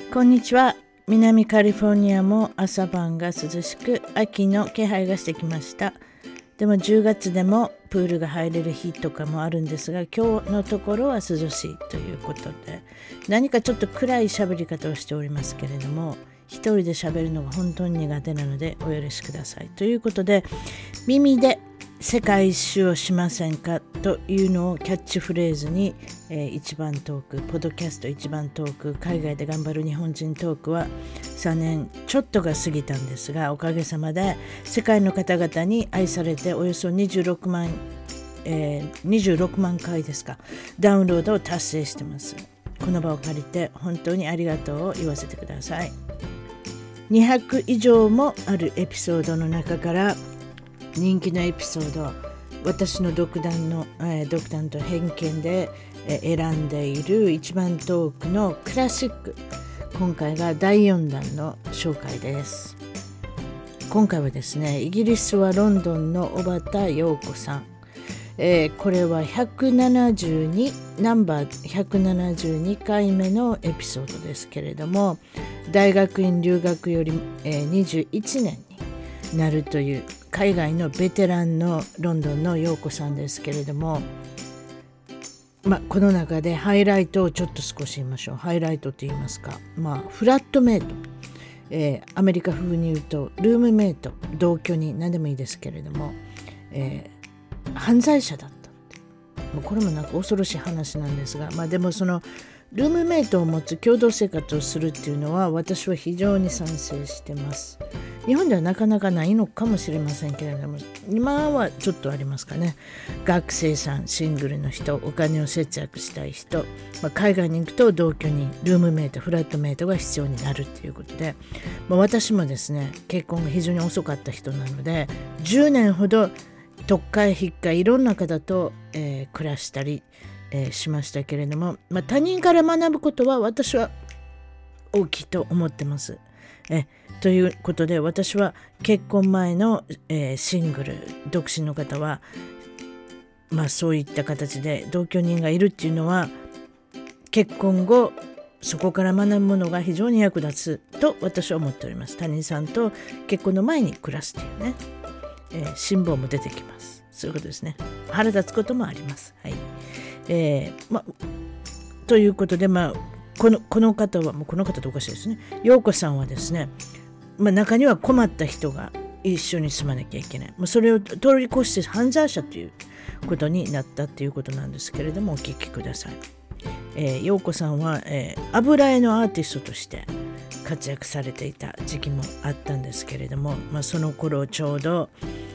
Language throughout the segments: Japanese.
こんにちは。南カリフォルニアも朝晩が涼しく秋の気配がしてきました。でも10月でもプールが入れる日とかもあるんですが、今日のところは涼しいということで、何かちょっと暗い喋り方をしておりますけれども、一人で喋るのが本当に苦手なのでお許しくださいということで、耳で世界一周をしませんかというのをキャッチフレーズに、一番トーク、ポッドキャスト一番トーク、海外で頑張る日本人トークは3年ちょっとが過ぎたんですが、おかげさまで世界の方々に愛されておよそ26万回ですか、ダウンロードを達成してます。この場を借りて本当にありがとうを言わせてください。200以上もあるエピソードの中から人気のエピソード、私の独断と偏見で選んでいる一番トークのクラシック、今回が第4弾の紹介です。今回はですね、イギリスはロンドンの小畑陽子さん、これはナンバー172回目のエピソードですけれども、大学院留学より、21年になるという海外のベテランのロンドンの陽子さんですけれども、この中でハイライトをちょっと少し言いましょう。ハイライトと言いますか、フラットメイト、アメリカ風に言うとルームメイト、同居人、何でもいいですけれども、犯罪者だった。もうこれもなんか恐ろしい話なんですが、でもそのルームメイトを持つ共同生活をするっていうのは私は非常に賛成してます。日本ではなかなかないのかもしれませんけれども、今はちょっとありますかね。学生さん、シングルの人、お金を節約したい人、海外に行くと同居人、ルームメイト、フラットメイトが必要になるということで、私もですね、結婚が非常に遅かった人なので、10年ほど特会引っかいろんな方と、暮らしたり、しましたけれども、他人から学ぶことは私は大きいと思ってます。ということで、私は結婚前の、シングル独身の方は、そういった形で同居人がいるっていうのは、結婚後そこから学ぶものが非常に役立つと私は思っております。他人さんと結婚の前に暮らすというね、辛抱も出てきます。そういうことですね。腹立つこともあります。はい。ということで、この方は、この方っておかしいですね。陽子さんはですね、中には困った人が一緒に住まなきゃいけない。それを通り越して犯罪者ということになったということなんですけれども、お聞きください。陽子さんは、油絵のアーティストとして活躍されていた時期もあったんですけれども、その頃ちょうど、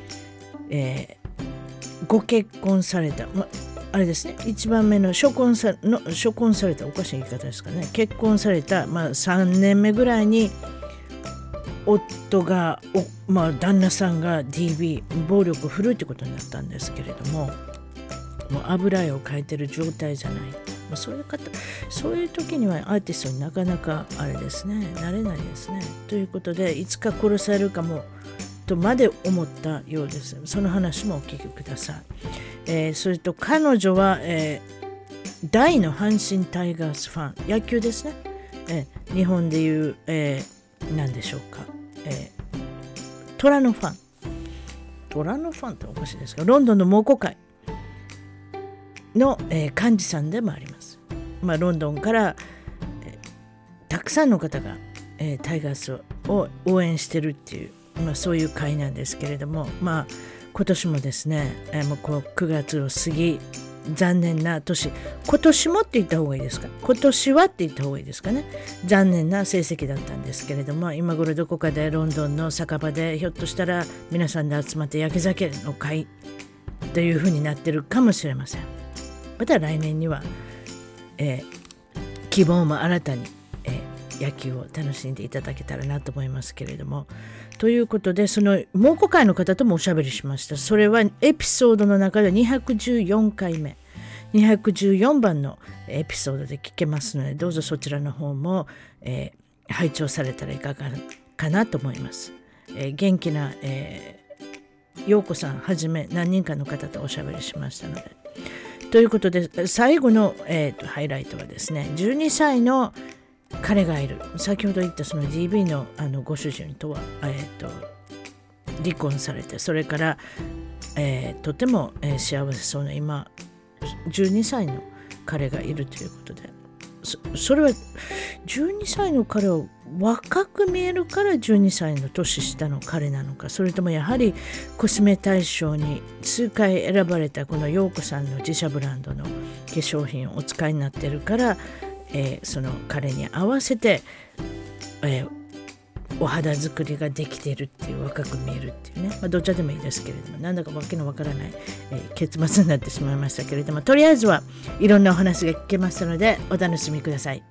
ご結婚された、あれですね、一番目の初婚された、おかしい言い方ですかね、結婚された、3年目ぐらいに夫が旦那さんが DV 暴力を振るうということになったんですけれども、もう油絵を描いてる状態じゃない、そういう時にはアーティストになかなかあれですね、なれないですね。ということで、いつか殺されるかもとまで思ったようです。その話もお聞きください。それと彼女は、大の阪神タイガースファン、野球ですね。日本でいう、何でしょうか、虎のファンっておかしいですが、ロンドンの猛虎会の、幹事さんでもあります。ロンドンから、たくさんの方が、タイガースを応援してるっていう、そういう会なんですけれども、今年もですね、もう9月を過ぎ、残念な年、今年もって言った方がいいですか、今年はって言った方がいいですかね、残念な成績だったんですけれども、今頃どこかでロンドンの酒場でひょっとしたら皆さんで集まって焼き酒の会という風になってるかもしれません。また来年には、希望も新たに、野球を楽しんでいただけたらなと思いますけれども、ということで、その猛虎会の方ともおしゃべりしました。それはエピソードの中で214回目、214番のエピソードで聞けますので、どうぞそちらの方も、拝聴されたらいかがかなと思います。元気な、陽子さんはじめ何人かの方とおしゃべりしましたので、ということで最後の、ハイライトはですね、12歳の彼がいる。先ほど言ったその DV のご主人とは、離婚されて、それから、とても、幸せそうな今12歳の彼がいるということで、それは12歳の彼は若く見えるから12歳の年下の彼なのか、それともやはりコスメ大賞に数回選ばれたこの陽子さんの自社ブランドの化粧品をお使いになっているから、その彼に合わせて、お肌作りができているっていう、若く見えるっていうね、どっちでもいいですけれども、なんだかわけのわからない、結末になってしまいましたけれども、とりあえずはいろんなお話が聞けましたのでお楽しみください。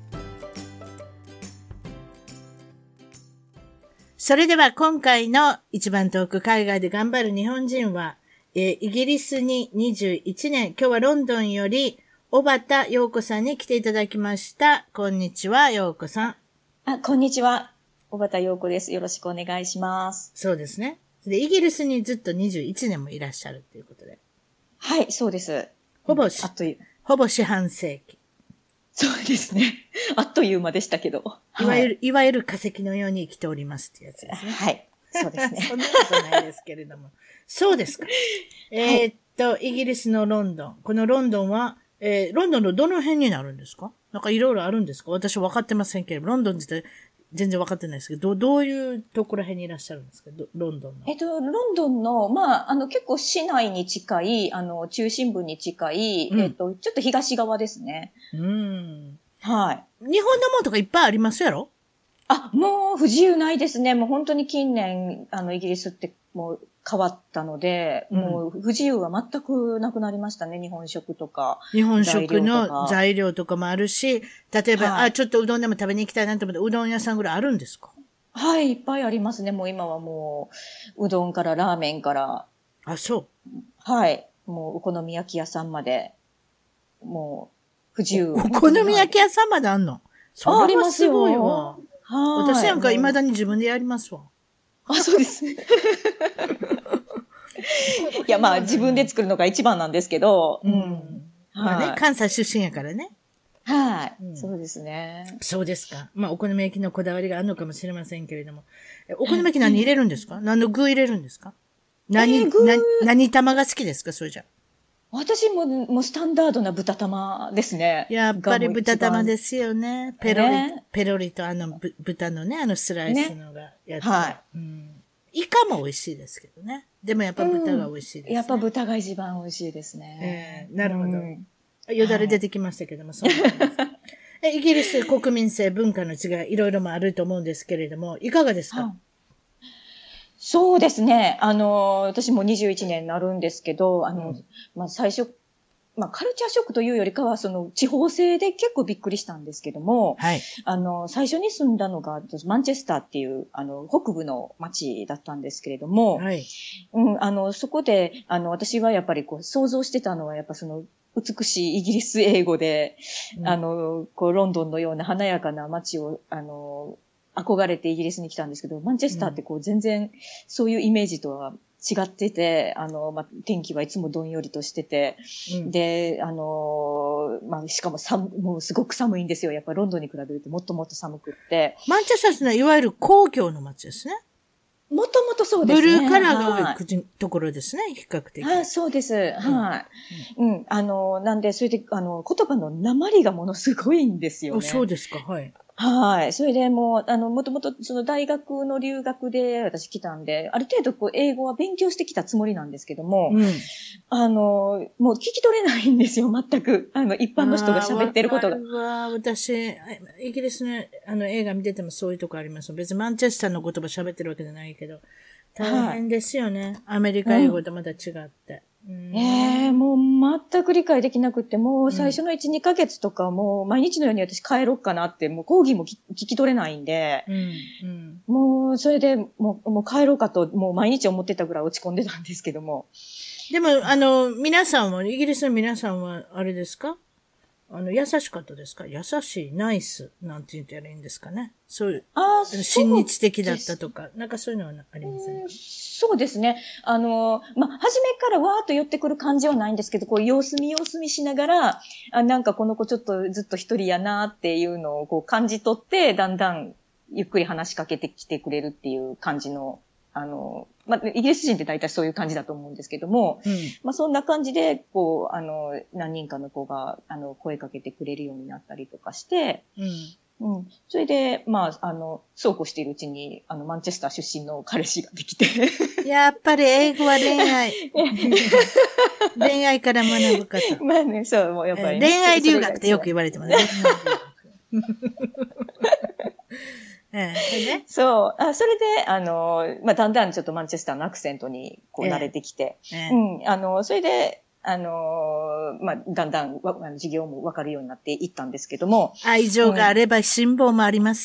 それでは今回の一番遠く海外で頑張る日本人は、イギリスに21年、今日はロンドンより小畑陽子さんに来ていただきました。こんにちは、陽子さん。 こんにちは。小畑陽子です。よろしくお願いします。 そうですね。で、イギリスにずっと21年もいらっしゃるということで。 はい、そうです。 ほぼ四半世紀。 そうですね。あっという間でしたけど。 いわゆる化石のように生きておりますってやつですね。 はい。そうですね。 そんなことないですけれども。そうですか。イギリスのロンドン。このロンドンは、ロンドンのどの辺になるんですか？なんかいろいろあるんですか？私分かってませんけれども、ロンドン自体全然分かってないですけど、どういうところ辺にいらっしゃるんですか？ロンドンの。 ロンドンの、結構市内に近い、中心部に近い、ちょっと東側ですね。はい。 日本のものとかいっぱいありますやろ？ もう不自由ないですね。もう本当に近年、イギリスってもう変わったので、もう不自由は全くなくなりましたね。日本食とか。 日本食の材料とかもあるし、例えば、ちょっとうどんでも食べに行きたいなと思って、うどん屋さんぐらいあるんですか？ はい、いっぱいありますね。もう今はもう、うどんからラーメンから。 そう。 はい。もうお好み焼き屋さんまで、もう、不自由。 お好み焼き屋さんまであんの？それはすごいわ。私なんか未だに自分でやりますわ。 そうです。いや、自分で作るのが一番なんですけど。 関西出身やからね。 はい。そうですね。 そうですか。お好み焼きのこだわりがあるのかもしれませんけれども。お好み焼き何入れるんですか？何の具入れるんですか？何玉が好きですか？それじゃ。 私もスタンダードな豚玉ですね。 やっぱり豚玉ですよね。ペロリと豚のね、スライスのがやって。 はい。 イカも美味しいですけどね。でもやっぱ豚が美味しいですね。 やっぱ豚が一番美味しいですね。 なるほど。よだれ出てきましたけども、そうなんです。イギリス国民性文化の違い、いろいろもあると思うんですけれども、いかがですか？ そうですね。私も21年になるんですけど、最初、カルチャーショックというよりかは、地方性で結構びっくりしたんですけども、 はい。 最初に住んだのが、マンチェスターっていう、北部の町だったんですけれども、 はい。 そこで、私はやっぱり想像してたのは、やっぱ美しいイギリス英語で、ロンドンのような華やかな街を、憧れてイギリスに来たんですけど、マンチェスターって全然そういうイメージとは違ってて、天気はいつもどんよりとしてて、で、しかももうすごく寒いんですよ。やっぱりロンドンに比べるともっともっと寒くって。 マンチェスターってのはいわゆる公共の街ですね。 もともとそうですね。 ブルーカラーが多いところですね、比較的。 そうです。はい。なんで、それで、言葉の訛りがものすごいんですよね。 そうですか、はい。 はい。それでもともと大学の留学で私来たんで、ある程度英語は勉強してきたつもりなんですけども、もう聞き取れないんですよ、全く。一般の人が喋ってることが。 私、イギリスの映画見ててもそういうとこあります。別にマンチェスターの言葉喋ってるわけじゃないけど、大変ですよね。アメリカ英語とまた違って。 もう全く理解できなくて、もう最初の1、2ヶ月とかもう毎日のように私帰ろうかなって、もう講義も聞き取れないんで、もうそれでもう帰ろうかと、もう毎日思ってたぐらい落ち込んでたんですけども。 でも、皆さんは、イギリスの皆さんは、あれですか？ 優しかったですか？優しい、ナイス、なんて言ったらいいんですかね。そういう、 そう親日的だったとか、なんかそういうのはありませんか？ そうですね。初めからわーっと寄ってくる感じはないんですけど、こう、様子見しながら、なんかこの子ちょっとずっと一人やなっていうのをこう感じ取って、だんだんゆっくり話しかけてきてくれるっていう感じの、イギリス人って大体そういう感じだと思うんですけども、そんな感じで、こう、何人かの子が、声かけてくれるようになったりとかして、それで、そうこうしているうちに、マンチェスター出身の彼氏ができて。 やっぱり英語は恋愛。恋愛から学ぶ方。 そう、もうやっぱり、 恋愛留学ってよく言われてますね。 そう。それで、だんだんちょっとマンチェスターのアクセントにこう慣れてきて、それで、だんだん授業もわかるようになっていったんですけども。 愛情があれば辛抱もあります。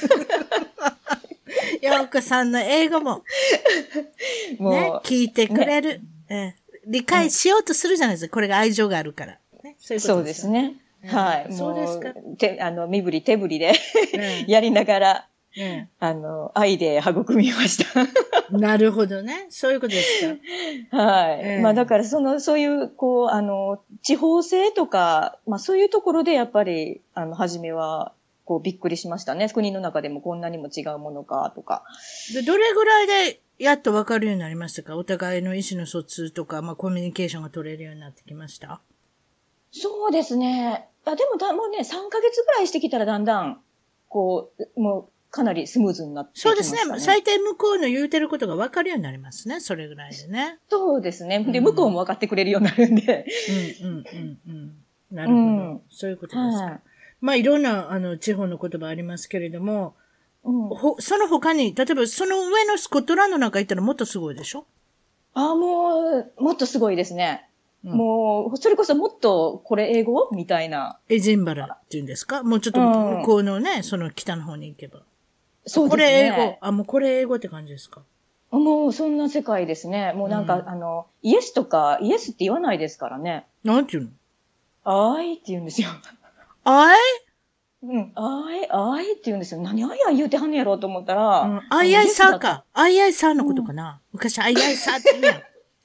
ようこさんの英語も、ね、聞いてくれる、理解しようとするじゃないですか。これが愛情があるから。ね、 そうですね。はい。 そうですか。 身振り手振りでやりながら、愛で育みました。 なるほどね。そういうことですか。はい。だからそういう、こう、地方性とか、そういうところでやっぱり、初めは、こう、びっくりしましたね。国の中でもこんなにも違うものか、とか。 で、どれぐらいで、やっとわかるようになりましたか？お互いの意思の疎通とか、コミュニケーションが取れるようになってきました？ そうですね。でももうね、3ヶ月ぐらいしてきたらだんだん、こう、もうかなりスムーズになってきましたね。 そうですね。最低向こうの言うてることが分かるようになりますね。それぐらいでね。 そうですね。で、向こうも分かってくれるようになるんで。 なるほど。そういうことですか。いろんな、地方の言葉ありますけれども、その他に、例えばその上のスコットランドなんか行ったらもっとすごいでしょ？ もっとすごいですね。もう、それこそもっと、これ英語みたいな。 エジンバラっていうんですか？もうちょっと向こうのね、その北の方に行けば。 そうですね。 これ英語。もうこれ英語って感じですか？ もうそんな世界ですね。もうなんか、イエスとか、イエスって言わないですからね。 なんて言うの？あいって言うんですよ。 あい？ あいって言うんですよ。何あいあい言うてはんねやろうと思ったら。 あいあいさか。あいあいさのことかな。昔あいあいさって言うやん。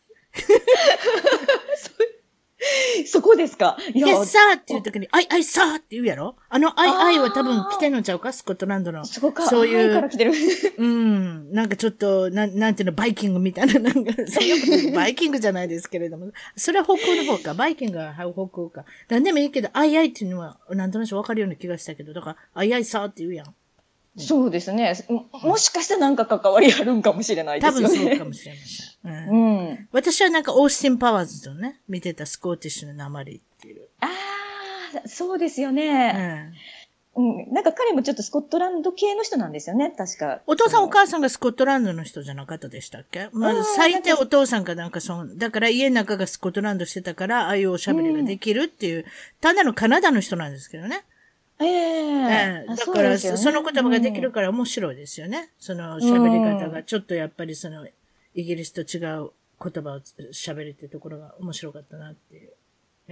そこですか？ イエスサーっていう時に、アイサーって言うやろ？アイは多分来てんのちゃうか？スコットランドの。そういう。 から来てる。 なんかちょっと、なんていうの、バイキングみたいな、なんか、バイキングじゃないですけれども。それは北欧の方か。バイキングは北欧か。なんでもいいけど、アイっていうのは、なんとなくわかるような気がしたけど、だから、アイサーって言うやん。 そうですね。もしかしたらなんか関わりあるんかもしれないですよね。 多分そうかもしれません。私はなんかオースティン・パワーズとね、見てたスコーティッシュの鉛っていう。 そうですよね。なんか彼もちょっとスコットランド系の人なんですよね、確か。 お父さんお母さんがスコットランドの人じゃなかったでしたっけ？最低お父さんかなんかだから家の中がスコットランドしてたから、ああいうおしゃべりができるっていう、単なるカナダの人なんですけどね。だから、その言葉ができるから面白いですよね。その喋り方が、ちょっとやっぱりその、イギリスと違う言葉を喋るっていうところが面白かったなっていう。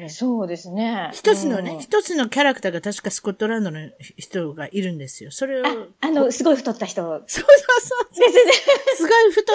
そうですね。 一つのキャラクターが確かスコットランドの人がいるんですよ。それを。 すごい太った人。 そう。すごい太った、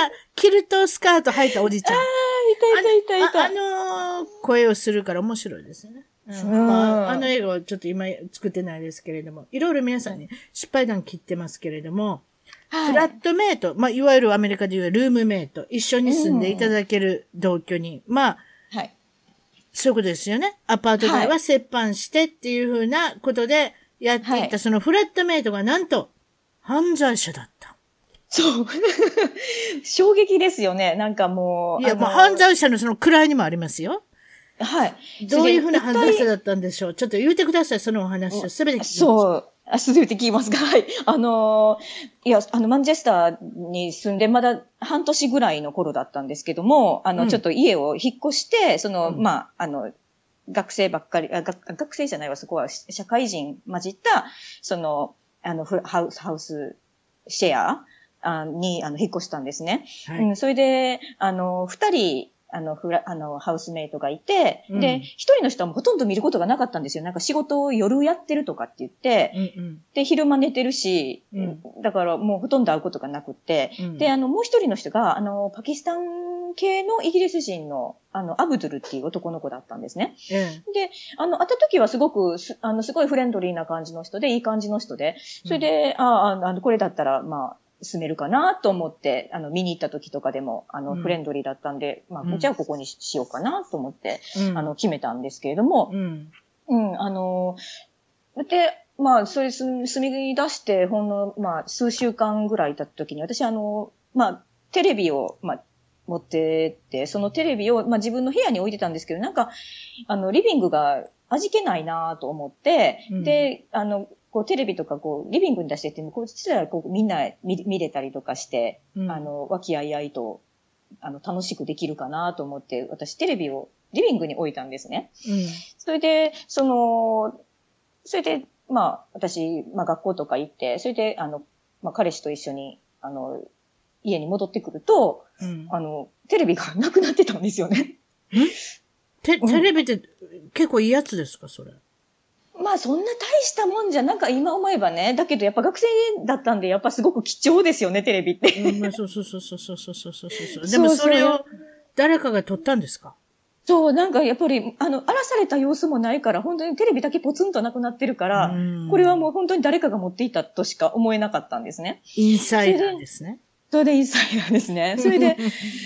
キルトスカート履いたおじちゃん。 いた。 声をするから面白いですね。あの映画はちょっと今作ってないですけれども、いろいろ皆さんに失敗談切ってますけれども、フラットメイト、いわゆるアメリカでいうルームメイト、一緒に住んでいただける同居人、そういうことですよね。アパート代は折半してっていうふうなことでやっていった、そのフラットメイトがなんと犯罪者だった。 そう。衝撃ですよね。なんかもう。 いや、犯罪者のその位にもありますよ。 はい。 どういうふうな犯罪者だったんでしょう？ちょっと言ってください、そのお話を。すべて聞きます。 そう。すべて聞きますか？はい。マンチェスターに住んでまだ半年ぐらいの頃だったんですけども、ちょっと家を引っ越して、学生ばっかり、学生じゃないわ、そこは社会人混じった、ハウスシェアに、引っ越したんですね。それで、二人ハウスメイトがいて、 うんで、一人の人はもうほとんど見ることがなかったんですよ。なんか仕事を夜やってるとかって言って、で、昼間寝てるし、だからもうほとんど会うことがなくって、で、もう一人の人が、パキスタン系のイギリス人の、アブドゥルっていう男の子だったんですね。で、会った時はすごく、すごいフレンドリーな感じの人で、いい感じの人で、それで、これだったら、まあ、住めるかなと思って、見に行った時とかでも、フレンドリーだったんで、まあ、じゃあここにしようかなと思って、決めたんですけれども、で、まあ、それ住み出して、ほんの、まあ、数週間ぐらい経った時に、私、まあ、テレビを、まあ、持ってって、そのテレビを、まあ、自分の部屋に置いてたんですけど、なんか、リビングが味気ないなと思って、で、こうテレビとかこうリビングに出してってもこうしたらこうみんな見れたりとかして、和気あいあいと楽しくできるかなと思って私テレビをリビングに置いたんですね。それでまあ私まあ学校とか行ってそれでまあ彼氏と一緒に家に戻ってくると、テレビがなくなってたんですよね。 テレビって結構いいやつですかそれ？ まあそんな大したもんじゃなんか今思えばね。だけどやっぱ学生だったんでやっぱすごく貴重ですよね、テレビって。 まあ、そう。でもそれを誰かが撮ったんですか？ そう、なんかやっぱり、荒らされた様子もないから、本当にテレビだけポツンとなくなってるから、これはもう本当に誰かが持っていたとしか思えなかったんですね。 インサイダーですね。 それでインサイダーですね。それで、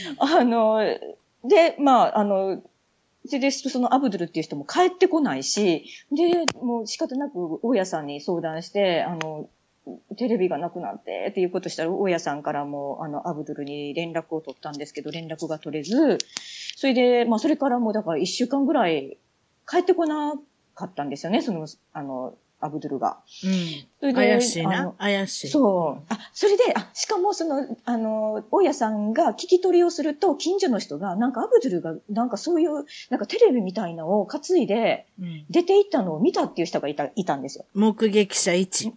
で、まあ、で、そのアブドゥルっていう人も帰ってこないし、で、もう仕方なく大家さんに相談して、テレビがなくなってっていうことしたら、大家さんからも、アブドゥルに連絡を取ったんですけど、連絡が取れず、それで、まあ、それからもうだから1週間ぐらい帰ってこなかったんですよね、その、アブドゥルが。それで怪しいな。怪しい。 そう。それで、しかもその、大家さんが聞き取りをすると、近所の人が、なんかアブドゥルが、なんかそういう、なんかテレビみたいなのを担いで、出て行ったのを見たっていう人がいたんですよ。 目撃者1。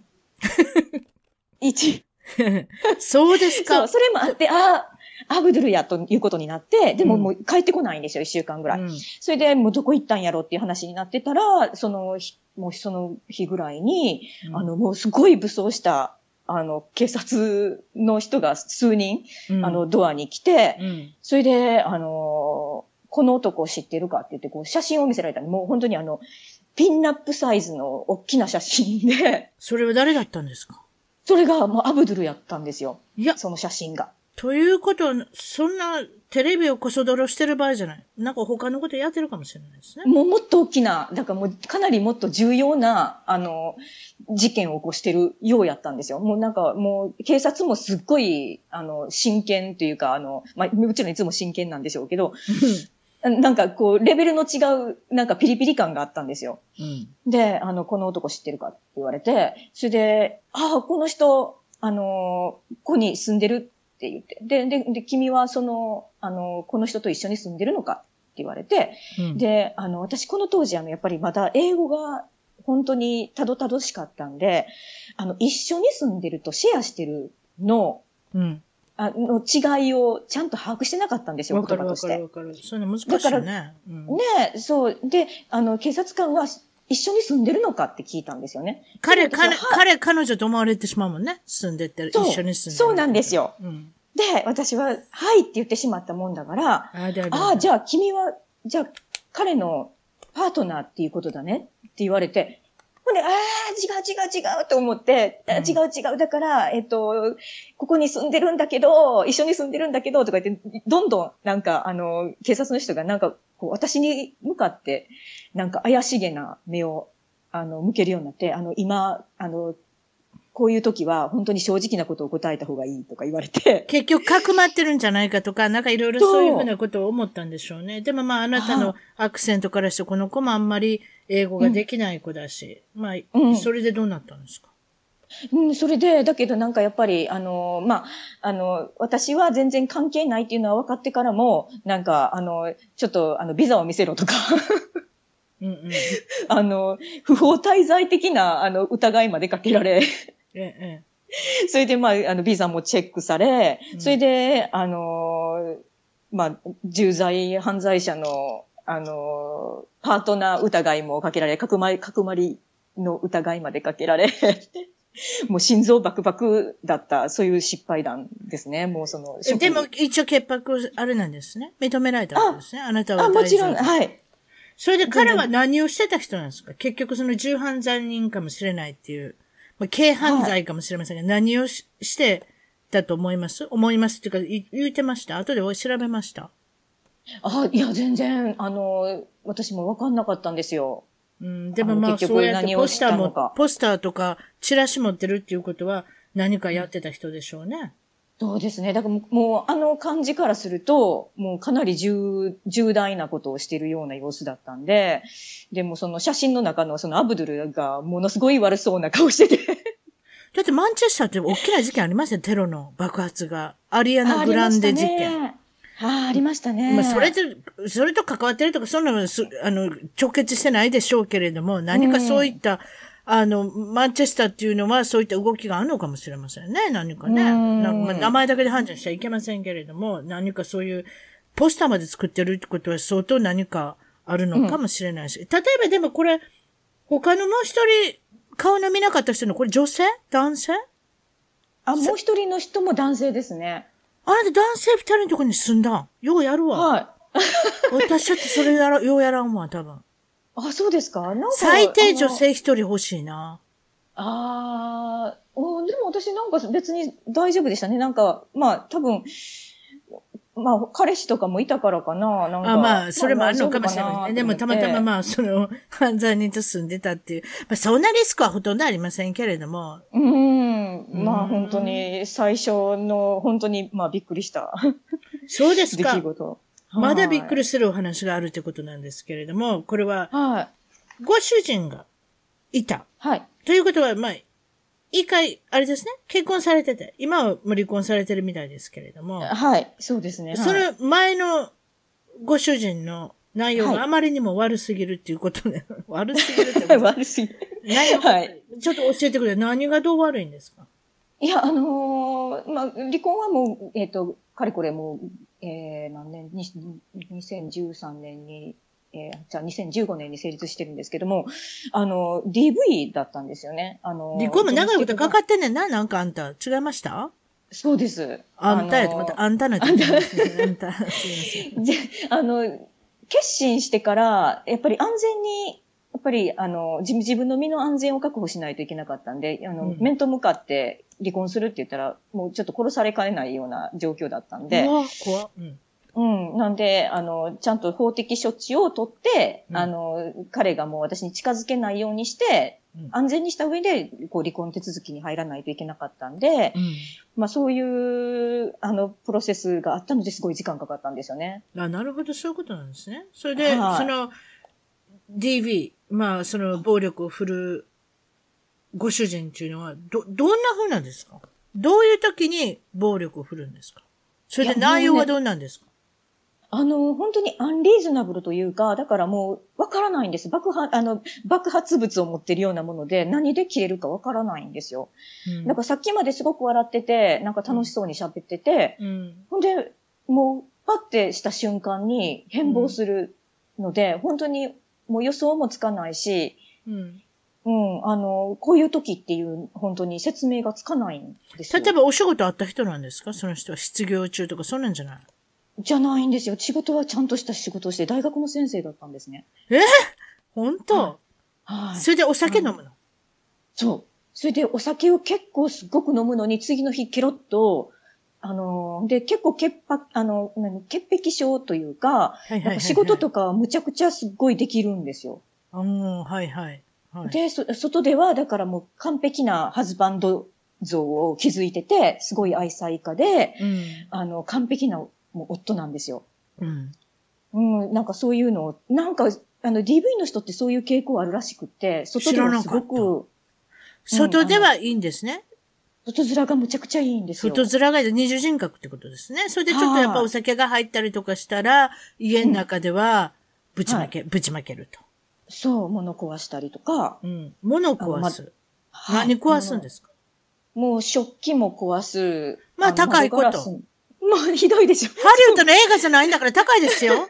1。 そうですか。 そう、それもあって、アブドゥルやということになって、でももう帰ってこないんですよ、1週間ぐらい。それでもうどこ行ったんやろっていう話になってたら、もうその日ぐらいに、もうすごい武装した、警察の人が数人、ドアに来て、それで、この男を知ってるかって言って、こう、写真を見せられたの。もう本当にピンナップサイズの大きな写真で。 それは誰だったんですか？ それがもうアブドゥルやったんですよ。 いや。 その写真が。 ということは、そんなテレビをこそ泥してる場合じゃない。なんか他のことやってるかもしれないですね。 もっと大きな、だからもうかなりもっと重要な、事件を起こしてるようやったんですよ。もうなんかもう警察もすっごい、真剣というか、まあ、もちろんいつも真剣なんでしょうけど、なんかこう、レベルの違う、なんかピリピリ感があったんですよ。で、この男知ってるかって言われて、それで、この人、ここに住んでるって言って。で、君はこの人と一緒に住んでるのかって言われて、で、私この当時やっぱりまだ英語が本当にたどたどしかったんで、一緒に住んでるとシェアしてるの、の違いをちゃんと把握してなかったんですよ、言葉として。 わかる。そういうの難しいね。だから、 ねそう。で、警察官は一緒に住んでるのかって聞いたんですよね。 彼女と思われてしまうもんね。住んでってる、一緒に住んでる。 そうなんですよ。で、私は、はいって言ってしまったもんだから、じゃあ君は、じゃあ彼のパートナーっていうことだねって言われて、ほんで、違うと思って、違う。だから、ここに住んでるんだけど、一緒に住んでるんだけど、とか言って、どんどん、なんか、警察の人がなんか、こう、私に向かって、なんか怪しげな目を、向けるようになって、今、こういう時は本当に正直なことを答えた方がいいとか言われて。 結局かくまってるんじゃないかとか、なんかいろいろそういうふうなことを思ったんでしょうね。でもまああなたのアクセントからしてこの子もあんまり英語ができない子だし、まあ、それでどうなったんですか？ それで、だけどなんかやっぱり、私は全然関係ないっていうのは分かってからも、なんか、ちょっと、ビザを見せろとか、不法滞在的な、疑いまでかけられ、それで、まあ、ビザもチェックされ、それで、 まあ、重罪犯罪者の、パートナー疑いもかけられ、かくまりの疑いまでかけられ、もう心臓バクバクだった、そういう失敗談ですね。もうその、 でも一応潔白、あれなんですね。認められたわけですね。あなたは大丈夫。 もちろん、はい。 それで彼は何をしてた人なんですか？結局その重犯罪人かもしれないっていう、まあ、軽犯罪かもしれませんが、何をしてたと思いますっていうか、言ってました？後で調べました？ いや、全然、私も分かんなかったんですよ。 うん、でもまあ、そうやってポスターとか、チラシ持ってるっていうことは、何かやってた人でしょうね。 そうですね。だからもう、感じからすると、もうかなり重大なことをしているような様子だったんで、でもその写真の中のそのアブドゥルがものすごい悪そうな顔してて。 だってマンチェスターって大きな事件ありましたよ、テロの爆発が。アリアナ・グランデ事件。 ありましたね。 まあ、それと関わってるとか、そんなの、直結してないでしょうけれども、何かそういった、マンチェスターっていうのはそういった動きがあるのかもしれませんね。何かね。なんか名前だけで判断しちゃいけませんけれども、何かそういう、ポスターまで作ってるってことは相当何かあるのかもしれないし。例えばでもこれ、他のもう一人、顔の見なかった人の、これ女性？男性？ もう一人の人も男性ですね。 あなた男性二人のところに住んだん？ようやるわ。 はい。 私だってそれようやらんわ、多分。 そうですか？なんか最低女性一人欲しいな。 でも私なんか別に大丈夫でしたね。なんか、まあ多分、まあ彼氏とかもいたからかな。なんか。 まあ、それもあるのかもしれないね。でもたまたままあ、犯罪人と住んでたっていう。まあ、そんなリスクはほとんどありませんけれども。 まあ本当に最初の本当にまあびっくりした。 そうですか。 出来事。 まだびっくりするお話があるということなんですけれども、これは、ご主人がいた。 はい。 ということは、まあ、一回、あれですね、結婚されてて、今はもう離婚されてるみたいですけれども。 はい、そうですね。 その前のご主人の内容があまりにも悪すぎるっていうことで、悪すぎるって悪すぎる。 はい。ちょっと教えてくれ。何がどう悪いんですか？ いや、まあ、離婚はもう、かれこれもう、何年、2013年に、じゃあ2015年に成立してるんですけども、DV だったんですよね。 離婚も長いことかかってんねんな、なんかあんた。違いました？ そうです。 あんたやと、またあんたなって言ってますね。あんた。すいません。決心してから、やっぱり安全に、やっぱり、自分の身の安全を確保しないといけなかったんで、面と向かって離婚するって言ったら、もうちょっと殺されかねないような状況だったんで。 怖っ。 なんで、ちゃんと法的処置を取って、彼がもう私に近づけないようにして、安全にした上で、離婚手続きに入らないといけなかったんで、まあそういう、プロセスがあったのですごい時間かかったんですよね。 なるほど、そういうことなんですね。それで、DV、まあ、暴力を振るご主人っていうのは、どんな風なんですか？どういう時に暴力を振るんですか？それで内容はどうなんですか？ 本当にアンリーズナブルというか、だからもう、わからないんです。爆発物を持ってるようなもので、何で切れるかわからないんですよ。だからさっきまですごく笑ってて、なんか楽しそうに喋ってて、ほんで、もう、パッてした瞬間に変貌するので、本当にもう予想もつかないし、こういう時っていう、本当に説明がつかないんですよ。 例えばお仕事あった人なんですか？その人は失業中とか、そんなんじゃない？ じゃないんですよ。仕事はちゃんとした仕事をして、大学の先生だったんですね。 本当？はい。それでお酒飲むの？ そう。それでお酒を結構すごく飲むのに、次の日ケロッと、で、結構潔癖症というか、仕事とかむちゃくちゃすっごいできるんですよ。 はいはい。 で、外では、だからもう完璧なハズバンド像を築いてて、すごい愛妻家で、完璧なもう夫なんですよ。なんかそういうのを、なんか、DV の人ってそういう傾向あるらしくって、外ではすごく、 外ではいいんですね。 外面がむちゃくちゃいいんですよ。 外面が二重人格ってことですね。それでちょっとやっぱお酒が入ったりとかしたら、家の中ではぶちまけると。 そう、物壊したりとか。 物壊す。何壊すんですか？ もう食器も壊す。 まあ高いこと。 もうひどいでしょ。 ハリウッドの映画じゃないんだから高いですよ。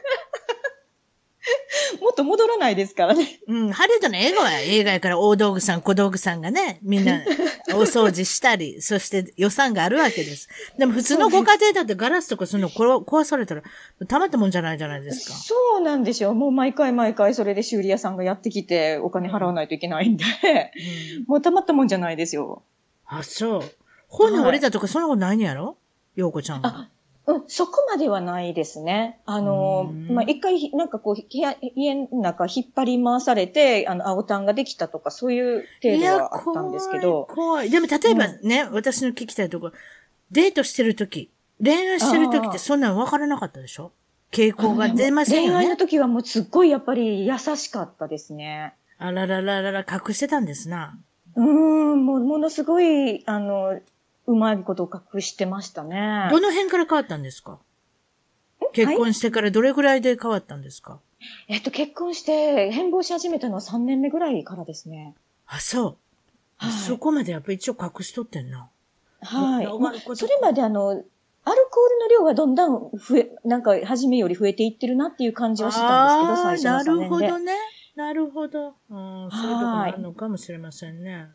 もっと戻らないですからね。 うん、ハリウッドの映画は映画やから大道具さん、小道具さんがね、みんなお掃除したり、そして予算があるわけです。でも普通のご家庭だってガラスとかその壊されたらたまったもんじゃないじゃないですか。 そうなんですよ。もう毎回それで修理屋さんがやってきてお金払わないといけないんで、もうたまったもんじゃないですよ。 あ、そう。骨折れたとかそんなことないんやろ、陽子ちゃんは。 そこまではないですね。一回、なんかこう、家の中引っ張り回されて、青タンができたとか、そういう程度はあったんですけど。 怖い。でも例えばね、私の聞きたいところ、デートしてるとき、恋愛してるときってそんなの分からなかったでしょ？傾向が出ませんよね。 恋愛の時はもうすっごいやっぱり優しかったですね。 あららららら、隠してたんですな。 ものすごい、うまいことを隠してましたね。 どの辺から変わったんですか？結婚してからどれぐらいで変わったんですか？ 結婚して変貌し始めたのは3年目ぐらいからですね。 あ、そう。はい、そこまでやっぱり一応隠しとってんな。 はい。それまでアルコールの量がどんどんなんか初めより増えていってるなっていう感じはしてたんですけど、最初の3年で。 なるほどね。なるほど。そういうとこもあるのかもしれませんね。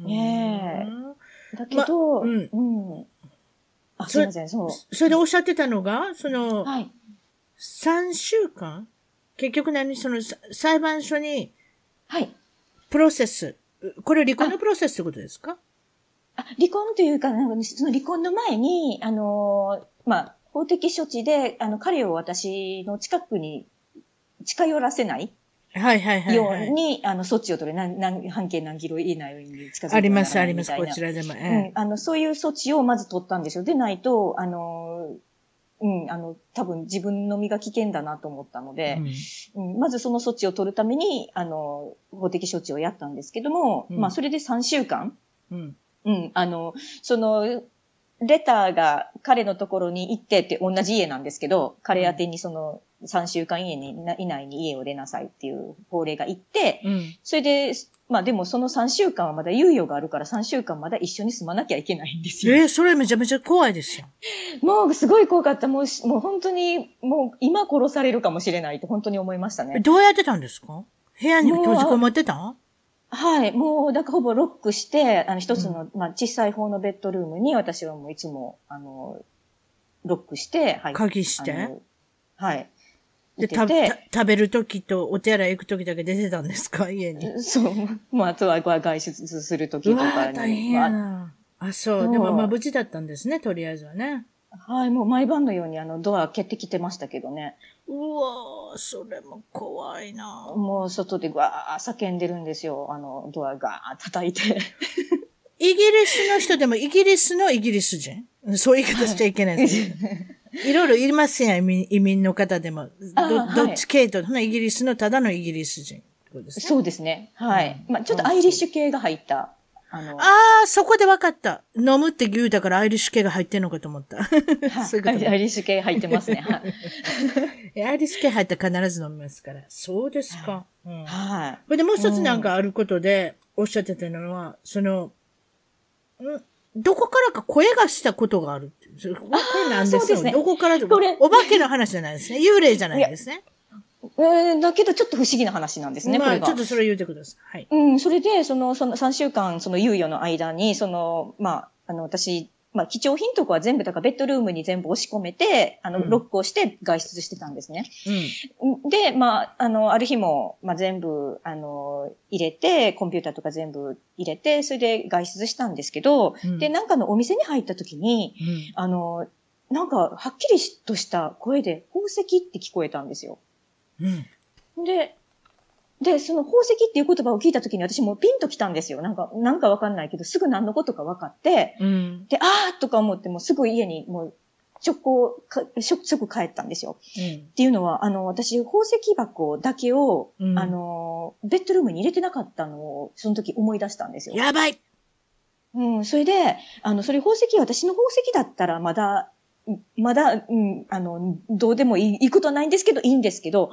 だけど、すいません、そう。 それでおっしゃってたのが、3週間結局裁判所に、プロセス。これ離婚のプロセスってことですか？ 離婚というか、その離婚の前に、法的処置で、彼を私の近くに近寄らせない。ように、措置を取る。半径何キロ以内に近づいてあります、あります、こちらでも。 そういう措置をまず取ったんですよ。でないと、多分自分の身が危険だなと思ったので、まずその措置を取るために、法的処置をやったんですけども、それで3週間、その、レターが彼のところに行ってって同じ家なんですけど、彼宛てにその3週間以内に家を出なさいっていう法令が行って、それで、でもその3週間はまだ猶予があるから3週間まだ一緒に住まなきゃいけないんですよ。 それめちゃめちゃ怖いですよ。 もうすごい怖かった。もう本当に、もう今殺されるかもしれないと本当に思いましたね。 どうやってたんですか？部屋に閉じこもってた？ はい。もう、だからほぼロックして、一つの、小さい方のベッドルームに私はもういつも、ロックして、 鍵して？ はい。 で、食べるときとお手洗い行くときだけ出てたんですか？家に。 そう。あとは外出するときとかに。 大変やな。そう。でも無事だったんですね、とりあえずはね。 はい。もう毎晩のようにドア蹴ってきてましたけどね。 うわー、それも怖いな。 もう外でガー叫んでるんですよ。ドアガー叩いて。 イギリスの人でもイギリスのイギリス人？そういう言い方しちゃいけないです。いろいろいますやん、移民の方でも。どっち系統のイギリスのただのイギリス人。 そうですね。はい。ちょっとアイリッシュ系が入った。 そこで分かった。飲むって言うたからアイリッシュ系が入ってんのかと思った。 アイリッシュ系入ってますね。 アイリッシュ系入ったら必ず飲みますから。そうですか。 はい。 これでもう一つなんかあることでおっしゃってたのは、どこからか声がしたことがあるって。これなんですよ。どこからお化けの話じゃないですね。幽霊じゃないですね。 だけどちょっと不思議な話なんですね、これが。 ちょっとそれ言ってください。はい。 それで、その3週間、その猶予の間に、私、貴重品とかは全部、だからベッドルームに全部押し込めて、ロックをして外出してたんですね。で、ある日も、全部、入れて、コンピューターとか全部入れて、それで外出したんですけど、で、なんかのお店に入った時に、なんか、はっきりとした声で、宝石って聞こえたんですよ。で、その宝石っていう言葉を聞いたときに私もピンと来たんですよ。なんかわかんないけど、すぐ何のことか分かって、で、とか思ってもすぐ家にもう直帰ったんですよ。っていうのは、私、宝石箱だけを、ベッドルームに入れてなかったのを、その時思い出したんですよ。 やばい！ それで、それ私の宝石だったらまだ、どうでもいいことないんですけど、いいんですけど、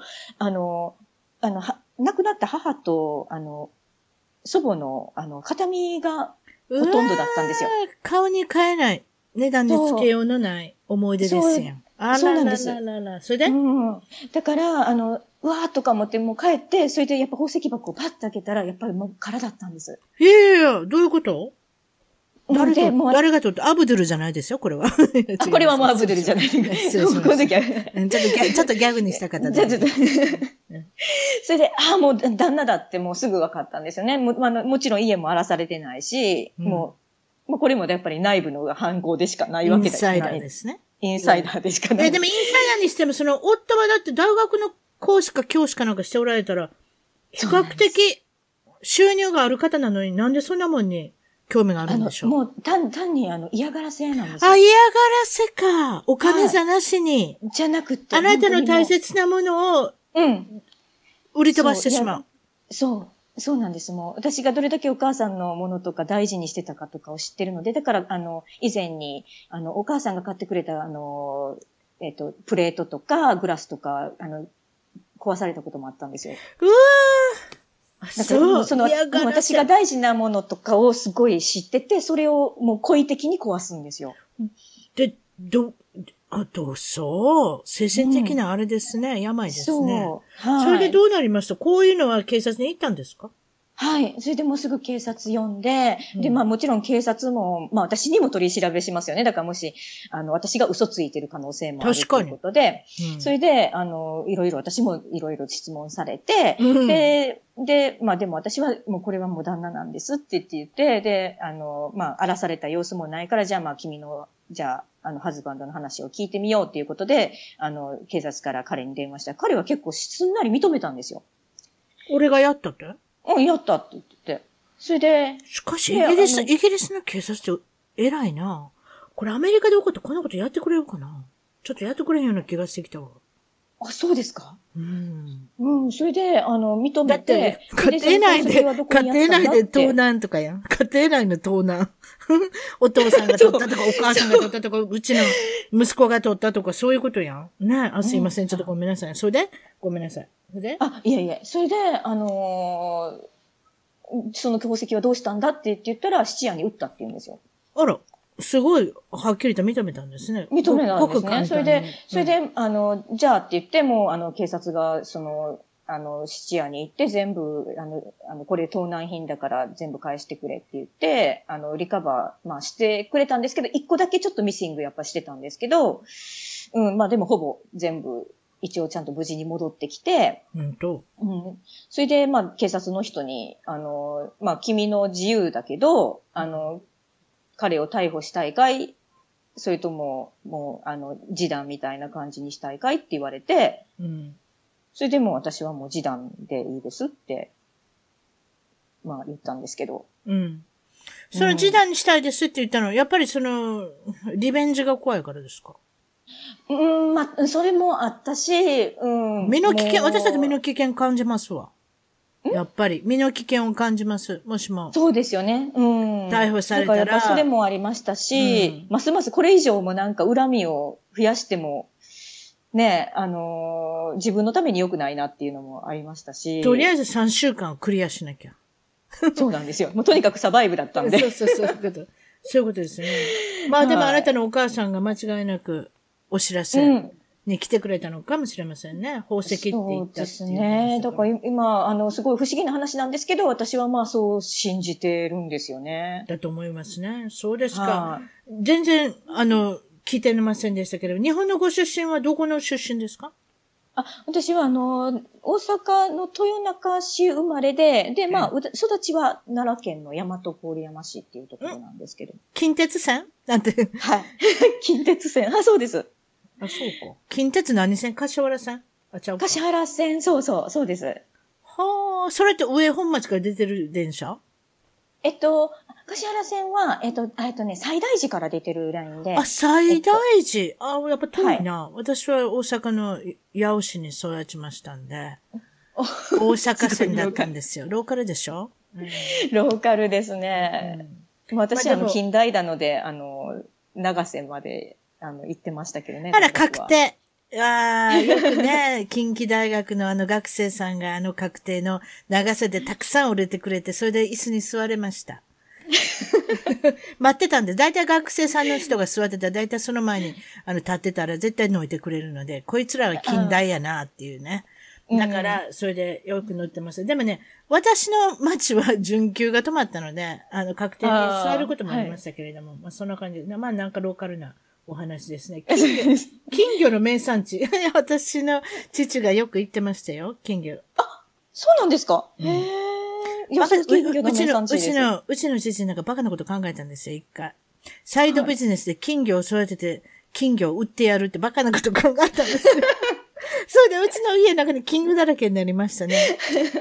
亡くなった母と、祖母の、形見がほとんどだったんですよ。 顔に買えない。値段で付けようのない。 思い出ですやん。あそうららなんですららら。それで、 うん。だから、うわーとか思ってもう帰って、それでやっぱ宝石箱をパッと開けたら、やっぱりもう空だったんです。 いやいや、どういうこと？ で、もう、 誰がとって、アブドゥルじゃないですよ、これは。 これはもうアブドゥルじゃない。 失礼しまこの時は。 ちょっとギャグにした方で。 ちょっとそれで、もう旦那だってもうすぐ分かったんですよね。もちろん家も荒らされてないし、もうこれもやっぱり内部の犯行でしかないわけだインサイダーですね。 インサイダーでしかない。 でもインサイダーにしても、夫はだって大学の講師か教師かなんかしておられたら、比較的収入がある方なのになんでそんなもんに興味があるんでしょう？ もう単に嫌がらせなんですよ。 嫌がらせか。お金じゃなしに。 じゃなくて。 あなたの大切なものを、売り飛ばしてしまう。 そうなんです。もう、私がどれだけお母さんのものとか大事にしてたかとかを知ってるので、だから、以前に、お母さんが買ってくれた、プレートとか、グラスとか、壊されたこともあったんですよ。 うわー。だから私が大事なものとかをすごい知ってて、それをもう故意的に壊すんですよ。 で、そう。精神的なあれですね。病ですね。はい。それでどうなりました？こういうのは警察に行ったんですか？ はい。それでもうすぐ警察呼んで、で、もちろん警察も、私にも取り調べしますよね。だからもし、私が嘘ついてる可能性もあるということで、それで、私もいろいろ質問されて、で、でも私はもうこれはもう旦那なんですって言って、で、荒らされた様子もないから、じゃあ君の、ハズバンドの話を聞いてみようっていうことで、警察から彼に電話したら、彼は結構すんなり認めたんですよ。 俺がやったって？ やったって言ってて。それで。 しかし、イギリスの警察って偉いな。これアメリカで起こってこんなことやってくれるかな？ちょっとやってくれんような気がしてきたわ。 そうですか？それで、認めて。 だって、家庭内で盗難とかやん。家庭内の盗難。お父さんが取ったとか、お母さんが取ったとか、うちの息子が取ったとか、そういうことやん。ね。すいません。ちょっとごめんなさい。それでごめんなさい。それでいえ。それで、その宝石はどうしたんだって言ったら、質屋に売ったって言うんですよ。 あら。すごい、はっきりと認めたんですね。 認めたんですね。それで、じゃあって言っても、警察が、質屋に行って全部、これ盗難品だから全部返してくれって言って、リカバー、してくれたんですけど、一個だけちょっとミッシングやっぱしてたんですけど、でもほぼ全部、一応ちゃんと無事に戻ってきて、それで、警察の人に、君の自由だけど、彼を逮捕したいかい？それとも、示談みたいな感じにしたいかいって言われて、それでも私はもう示談でいいですって、言ったんですけど。 その示談にしたいですって言ったのは、やっぱりリベンジが怖いからですか？ それもあったし、 私たち身の危険感じますわ。やっぱり、身の危険を感じます。もしも。 そうですよね。 逮捕されたら。 だからやっぱそれもありましたし、ますますこれ以上もなんか恨みを増やしても、ね、自分のために良くないなっていうのもありましたし。 とりあえず3週間をクリアしなきゃ。 そうなんですよ。もうとにかくサバイブだったんで。 そういうことですね。でもあなたのお母さんが間違いなくお知らせに来てくれたのかもしれませんね。宝石って言ったっていう。そうですね。だから今、すごい不思議な話なんですけど、私はそう信じてるんですよね。 だと思いますね。そうですか。全然、聞いてませんでしたけど、日本のご出身はどこの出身ですか？ 私は大阪の豊中市生まれで、育ちは奈良県の大和郡山市っていうところなんですけど。 近鉄線なんて。 はい。近鉄線。そうです。 そうか。近鉄何線？柏原線？ 柏原線、そうです。 はあ、それって上本町から出てる電車？ 柏原線は、西大寺から出てるラインで。 西大寺。やっぱ遠いな。私は大阪の八尾市に育ちましたんで。大阪線だったんですよ。ローカルでしょ？ ローカルですね。私近代なので、長瀬まで、行ってましたけどね。 確定。よくね、近畿大学の学生さんが確定の長瀬でたくさん売れてくれて、それで椅子に座れました。 待ってたんで、だいたい学生さんの人が座ってたら、だいたいその前に、立ってたら絶対乗いてくれるので、こいつらは近代やなっていうね。だから、それでよく乗ってます。でもね、私の街は準急が止まったので、確定に座ることもありましたけれども、まあそんな感じで、まあなんかローカルなお話ですね。金魚の名産地。私の父がよく行ってましたよ、金魚。 あ、そうなんですか。へえ。いや、金魚の名産地です。 うちの父なんかバカなこと考えたんですよ、一回。サイドビジネスで金魚を育てて、金魚を売ってやるってバカなこと考えたんですよ。そうで、うちの家の中に金魚だらけになりましたね。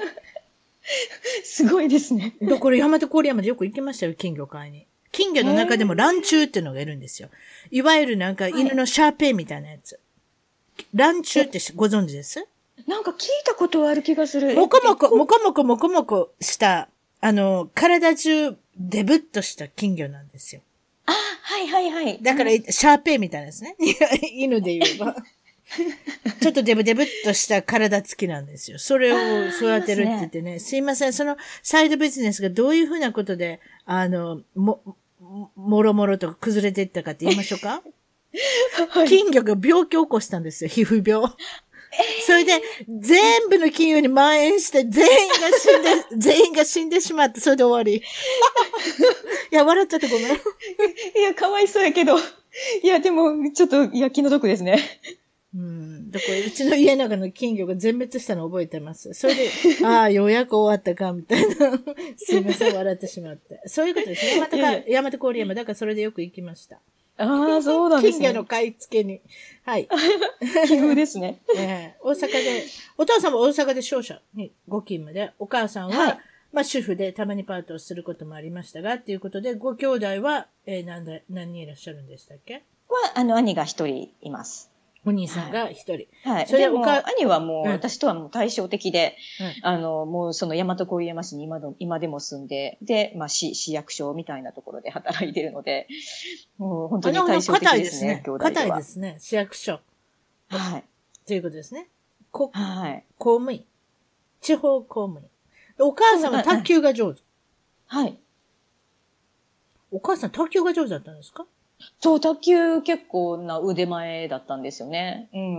すごいですね。 これ、大和郡山でよく行きましたよ、金魚買いに。金魚の中でも卵虫っていうのがいるんですよ。いわゆるなんか犬のシャーペンみたいなやつ。卵虫ってご存知です？ なんか聞いたことある気がする。 もこもこした、体中デブっとした金魚なんですよ。 あ、はいはいはい。 だから、シャーペンみたいなですね。犬で言えば。ちょっとデブっとした体つきなんですよ。それを育てるって言ってね。すいません。そのサイドビジネスがどういうふうなことで、もろもろと崩れていったかって言いましょうか、はい、金魚が病気を起こしたんですよ。皮膚病。それで、全部の金魚に蔓延して、全員が死んでしまって、それで終わり。いや、笑っちゃってごめん。 いや、かわいそうやけど。いや、でも、ちょっと、いや、気の毒ですね。 だからうちの家の中の金魚が全滅したのを覚えてます。それで、ああ、ようやく終わったか、みたいな。すいません、笑ってしまって。そういうことですね。大和郡山、だからそれでよく行きました。 ああ、そうなんですね。 金魚の買い付けに。はい。 奇遇ですね。 大阪で、お父さんも大阪で商社にご勤務で、お母さんは、はい、まあ主婦でたまにパートをすることもありましたが、ということで、ご兄弟は、何人いらっしゃるんでしたっけ？ 兄が一人います。 お兄さんが一人。 はい。それでも兄はもう、私とはもう対照的で、もうその大和郡山市に今でも住んで、で、まあ市役所みたいなところで働いてるので、もう本当に対照的ですね、兄弟は。 硬いですね、市役所。 はい。 ということですね。 はい。 公務員。地方公務員。お母さんは卓球が上手。 はい。 お母さん卓球が上手だったんですか？ そう、卓球結構な腕前だったんですよね。うん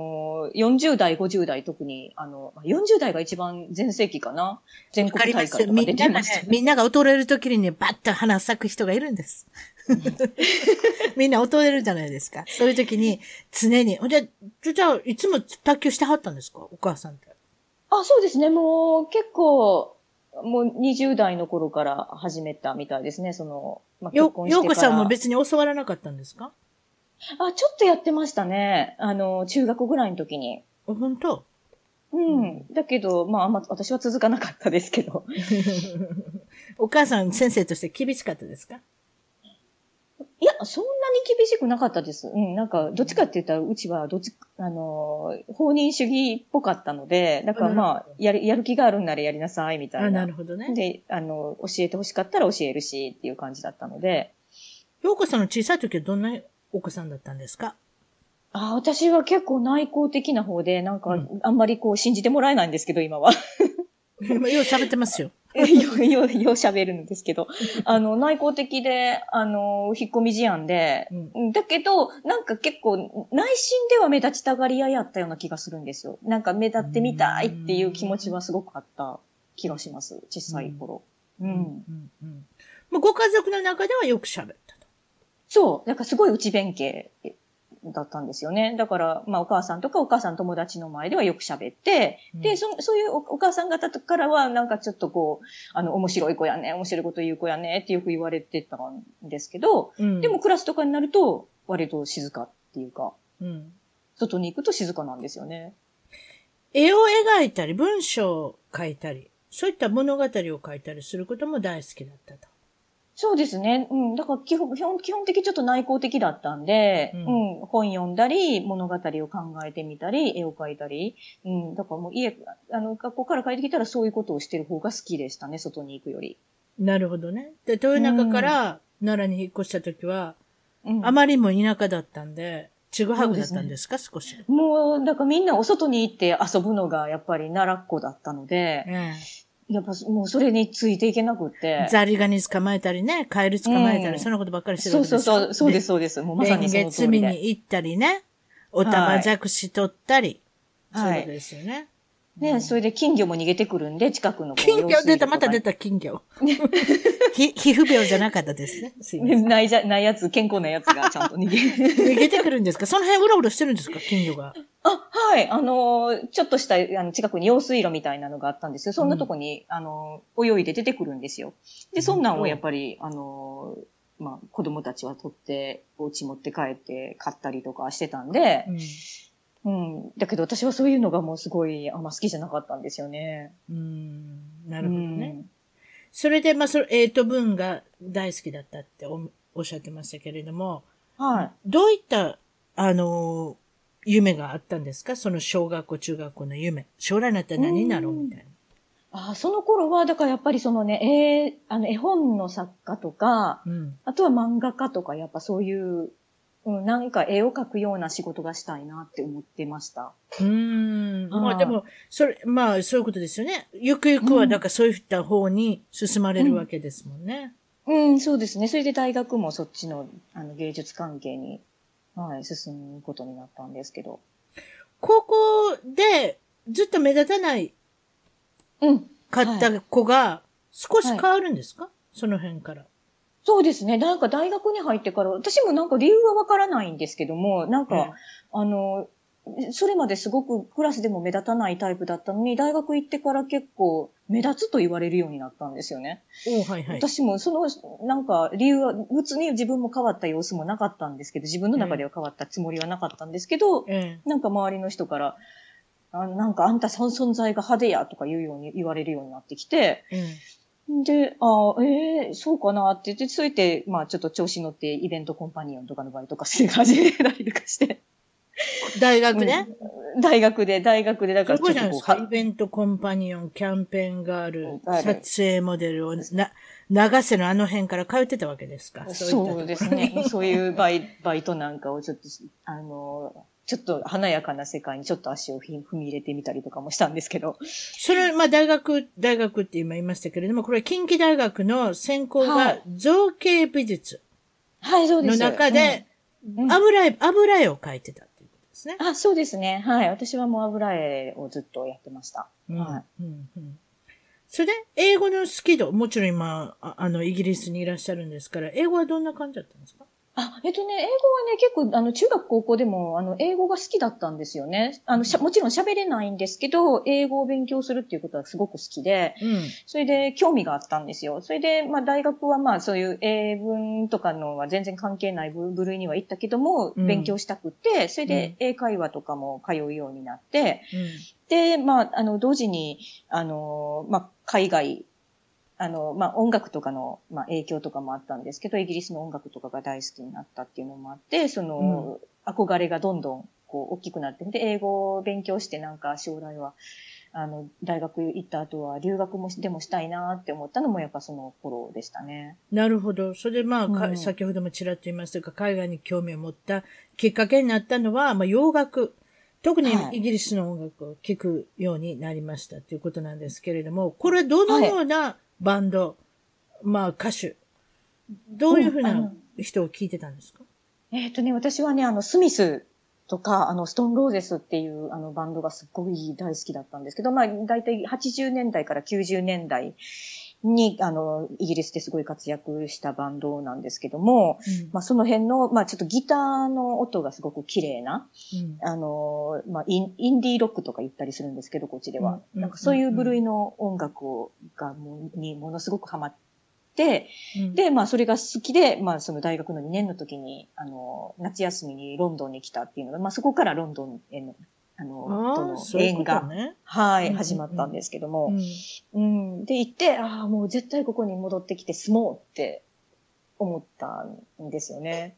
、40代、50代特に、40代が一番全盛期かな。全国大会とか出てました。 みんなが衰える時にね、バッと花咲く人がいるんです。みんな衰えるじゃないですか。そういう時に常に、じゃあ、いつも卓球してはったんですか？お母さんって。 あ、そうですね。もう結構、もう20代の頃から始めたみたいですね。結婚してから。 ようこさんも別に教わらなかったんですか？ あ、ちょっとやってましたね。中学ぐらいの時に。 本当？ うん。だけど、まあ、私は続かなかったですけど。 お母さん先生として厳しかったですか？ いや、そんなに厳しくなかったです。うん、なんか、どっちかって言ったら、うちは、放任主義っぽかったので、だからまあ、やる気があるんならやりなさい、みたいな。 なるほどね。 で、教えてほしかったら教えるし、っていう感じだったので。 ようこさんの小さい時はどんなお子さんだったんですか？ 私は結構内向的な方で、なんか、あんまりこう、信じてもらえないんですけど、今は。 よう喋ってますよ。 よう喋るんですけど、内向的で、引っ込み思案で、だけど、なんか結構、内心では目立ちたがり屋やったような気がするんですよ。なんか目立ってみたいっていう気持ちはすごくあった気がします。小さい頃。 もうご家族の中ではよく喋ったと。 そう。なんかすごい内弁慶だったんですよね。だから、まあお母さんとかお母さん友達の前ではよく喋って、で、そういうお母さん方からはなんかちょっとこう、面白い子やね、面白いこと言う子やねってよく言われてたんですけど、でもクラスとかになると割と静かっていうか、外に行くと静かなんですよね。 絵を描いたり、文章を書いたり、そういった物語を書いたりすることも大好きだったと。 そうですね。だから基本的ちょっと内向的だったんで、本読んだり、物語を考えてみたり、絵を描いたり、だからもう学校から帰ってきたらそういうことをしてる方が好きでしたね、外に行くより。 なるほどね。で、豊中から奈良に引っ越した時は、あまりも田舎だったんで、ちぐはぐだったんですか、少し。 もう、だからみんなお外に行って遊ぶのがやっぱり奈良っ子だったので、 やっぱもうそれについていけなくって。 ザリガニ捕まえたりね、カエル捕まえたり、そんなことばっかりしてるわけですよ。 そうです、そうです。もうまさにその通りで。 レンゲ積みに行ったりね、オタマジャクシ取ったり、そういうことですよね。 ね、それで金魚も逃げてくるんで、近くの金魚出た、また出た金魚。皮膚病じゃなかったですね。すいません。 ないやつ、健康なやつがちゃんと逃げてくるんですか？その辺うろうろしてるんですか？金魚が。 はい。ちょっとした、近くに用水路みたいなのがあったんですよ。そんなとこに、泳いで出てくるんですよ。で、そんなんをやっぱり、子供たちは取って、お家持って帰って買ったりとかしてたんで、だけど私はそういうのがもうすごいあんま好きじゃなかったんですよね。 なるほどね。それで、文が大好きだったっておっしゃってましたけれども、 はい。 どういった、夢があったんですか？その小学校、中学校の夢。将来になったら何になろうみたいな。その頃は、だからやっぱりそのね、絵本の作家とか、あとは漫画家とか、やっぱそういう、なんか絵を描くような仕事がしたいなって思ってました。 まあでも、そういうことですよね。ゆくゆくは、だからそういった方に進まれるわけですもんね。 そうですね。それで大学もそっちの、芸術関係に、進むことになったんですけど。 高校でずっと目立たないかった子が少し変わるんですか？その辺から。 そうですね。なんか大学に入ってから、私もなんか理由はわからないんですけども、なんか、それまですごくクラスでも目立たないタイプだったのに、大学行ってから結構目立つと言われるようになったんですよね。私もなんか理由は、別に自分も変わった様子もなかったんですけど、自分の中では変わったつもりはなかったんですけど、なんか周りの人から、なんかあんた存在が派手やとか言われるようになってきて、で、そうかなって言って、そうやって、ちょっと調子乗ってイベントコンパニオンとかの場合とかして始めたりとかして。 大学で、 大学で、だからちょっとこう、イベントコンパニオン、キャンペーンガール、撮影モデルを長瀬のあの辺から通ってたわけですか？ そうですね。そういうバイトなんかをちょっと、ちょっと華やかな世界にちょっと足を踏み入れてみたりとかもしたんですけど。 それ、大学って今言いましたけれども、これ近畿大学の専攻が造形美術の中で、油絵を描いてたっていうことですね。 そうですね。はい。私はもう油絵をずっとやってました。 それで、英語の好き度、もちろん今、イギリスにいらっしゃるんですから、英語はどんな感じだったんですか？ 英語はね、結構、中学高校でも、英語が好きだったんですよね。もちろん喋れないんですけど、英語を勉強するっていうことはすごく好きで、それで興味があったんですよ。それで、大学はそういう英文とかのは全然関係ない部類には行ったけども、勉強したくて、それで英会話とかも通うようになって、で、同時に、海外、音楽とかの、影響とかもあったんですけど、イギリスの音楽とかが大好きになったっていうのもあって、憧れがどんどん、大きくなって、で、英語を勉強してなんか将来は、大学行った後は留学でもしたいなって思ったのもやっぱその頃でしたね。 なるほど。それで先ほどもちらっと言いましたが、海外に興味を持ったきっかけになったのは、洋楽。特にイギリスの音楽を聴くようになりましたということなんですけれども、これはどのようなバンド、歌手、どういうふうな人を聴いてたんですか？ 私はね、スミスとか、ストーンローゼスっていうバンドがすっごい大好きだったんですけど、だいたい80年代から90年代に、イギリスですごい活躍したバンドなんですけども、その辺の、ちょっとギターの音がすごく綺麗な、インディーロックとか言ったりするんですけど、こっちでは。なんかそういう部類の音楽にものすごくハマって、で、それが好きで、その大学の2年の時に、夏休みにロンドンに来たっていうのが、そこからロンドンへの、との縁が、始まったんですけども、で、行って、もう絶対ここに戻ってきて住もうって思ったんですよね。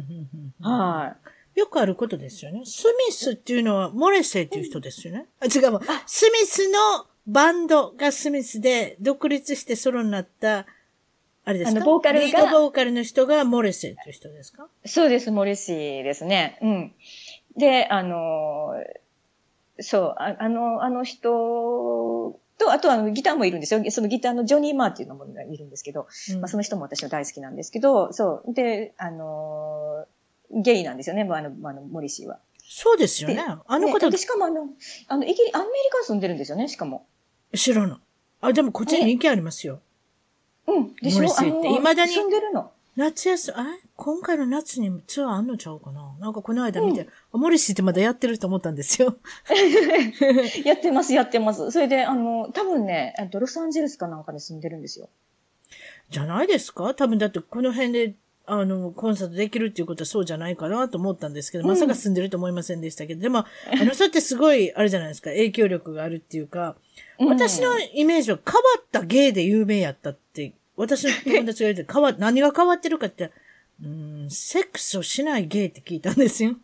よくあることですよね。スミスっていうのは、モレセっていう人ですよね。違う、スミスのバンドがスミスで独立してソロになった、あれですか？ ボーカルが。 リードボーカルの人がモレセっていう人ですか？ そうです、モレシーですね。で、そう、あの人と、あとギターもいるんですよ。そのギターのジョニー・マーっていうのもいるんですけど、 うんまあその人も私は大好きなんですけど、そう。で、ゲイなんですよね、モリシーは。 そうですよね。 で、 あの方、 で、しかもアメリカ住んでるんですよね、しかも。 知らない。あ、でもこっちに人気ありますよ。 うん。でしょモリスイって。未だに住んでるの。 夏休み、今回の夏にツアーあんのちゃうかな。なんかこの間見て、 うんモリスイってまだやってると思ったんですよ。 やってます、やってます。それで、多分ね、ロサンゼルスかなんかに住んでるんですよ。 じゃないですか？多分だってこの辺で、コンサートできるっていうことはそうじゃないかなと思ったんですけど、まさか住んでると思いませんでしたけど、でも、あの人ってすごい、あれじゃないですか、影響力があるっていうか、私のイメージは変わった芸で有名やったって、私の友達が言って、何が変わってるかって、セックスをしない芸って聞いたんですよ。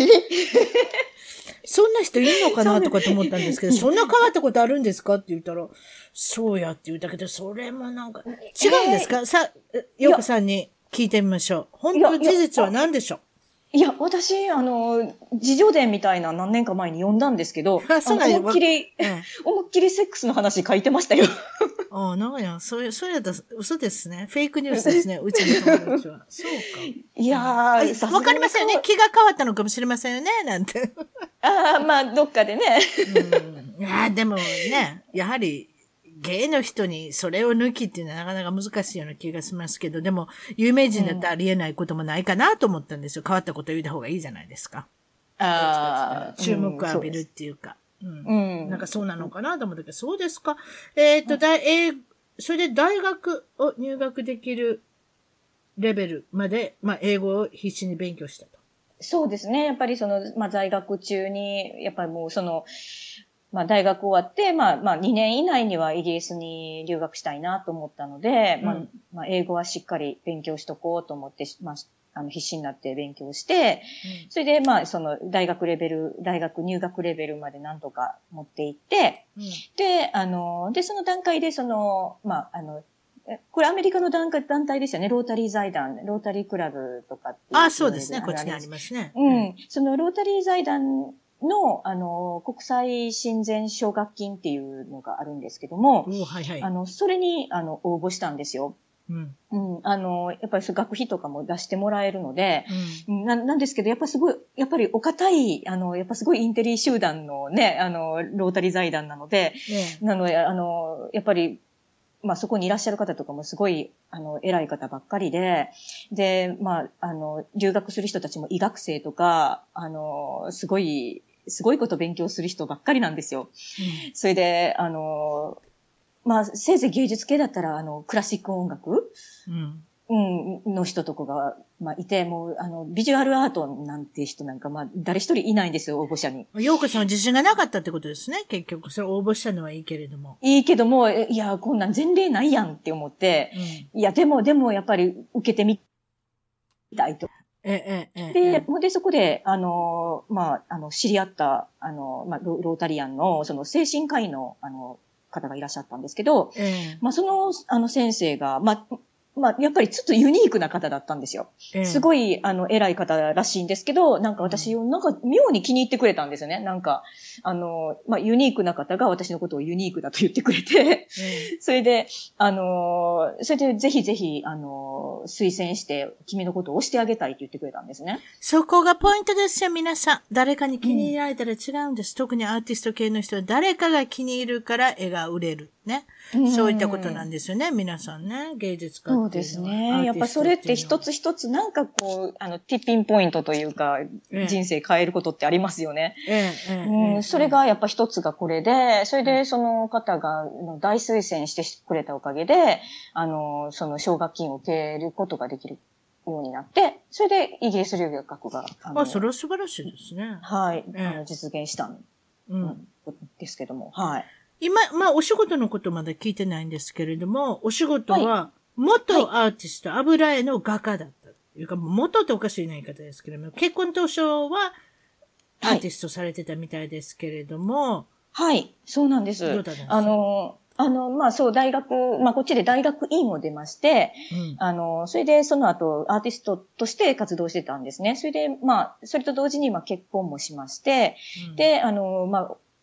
そんな人いるのかなとかと思ったんですけど、そんな変わったことあるんですかって言ったら、そうやって言ったけど、それもなんか、違うんですか？さ、よこさんに聞いてみましょう。本当事実は何でしょう？ いや、私、自叙伝みたいな何年か前に読んだんですけど、 そうなん思いっきり、思いっきりセックスの話書いてましたよ。 ああ、なんや、それやったら嘘ですね。フェイクニュースですね。うちの友達は。そうか。 いやー、 わかりませんよね。気が変わったのかもしれませんよね。なんて。 ああ、まあ、どっかでね。 いや、でもね、やはり、ゲイの人にそれを抜きっていうのはなかなか難しいような気がしますけど、でも、有名人だったらありえないこともないかなと思ったんですよ。変わったこと言った方がいいじゃないですか。 ああ、 注目を浴びるっていうか。なんかそうなのかなと思ったけど、そうですか。それで大学を入学できるレベルまで、まあ、英語を必死に勉強したと。 そうですね。やっぱり在学中に、やっぱりもう大学終わって、2年以内にはイギリスに留学したいなと思ったので、英語はしっかり勉強しとこうと思って、必死になって勉強して、それで、大学入学レベルまでなんとか持っていって、で、その段階で、これアメリカの団体ですよね。ロータリー財団、ロータリークラブとかっていう。 あ、そうですね。こっちにありますね。 そのロータリー財団の、国際親善奨学金っていうのがあるんですけども、それに、応募したんですよ。やっぱり学費とかも出してもらえるので、なんですけど、やっぱりお堅い、やっぱすごいインテリ集団のね、ロータリー財団なので、やっぱり、そこにいらっしゃる方とかもすごい、偉い方ばっかりで、留学する人たちも医学生とか、すごいこと勉強する人ばっかりなんですよ。それで、せいぜい芸術系だったら、クラシック音楽の人とかが、いて、もう、ビジュアルアートなんて人なんか、誰一人いないんですよ、応募者に。 ようこさんは自信がなかったってことですね、結局。それ応募したのはいいけれども。 いいけども、いや、こんなん前例ないやんって思って、いや、でも、やっぱり受けてみたいと。で、そこで、知り合った、ロータリアンの、精神科医の、方がいらっしゃったんですけど、先生が、やっぱりちょっとユニークな方だったんですよ。すごい、偉い方らしいんですけど、なんか私を、なんか妙に気に入ってくれたんですよね。なんか、ユニークな方が私のことをユニークだと言ってくれて、それでぜひぜひ、推薦して、君のことを押してあげたいと言ってくれたんですね。 そこがポイントですよ、皆さん。誰かに気に入られたら違うんです。特にアーティスト系の人は誰かが気に入るから絵が売れる。ね。そういったことなんですよね、皆さんね。芸術家っていうのは。 そうですね。やっぱそれって一つ一つなんかこう、ティッピンポイントというか、人生変えることってありますよね。それがやっぱ一つがこれで、それでその方が大推薦してくれたおかげで、その奨学金を受けることができるようになって、それでイギリス留学が、 それは素晴らしいですね。 はい。実現したんですけども、はい。 今、お仕事のことまだ聞いてないんですけれども、お仕事は、元アーティスト、油絵の画家だったというか、元っておかしい言い方ですけれども、結婚当初はアーティストされてたみたいですけれども、 はい、そうなんです。 どうだったんですか？ そう、大学、こっちで大学院を出まして、それでその後、アーティストとして活動してたんですね。それで、それと同時に、結婚もしまして、で、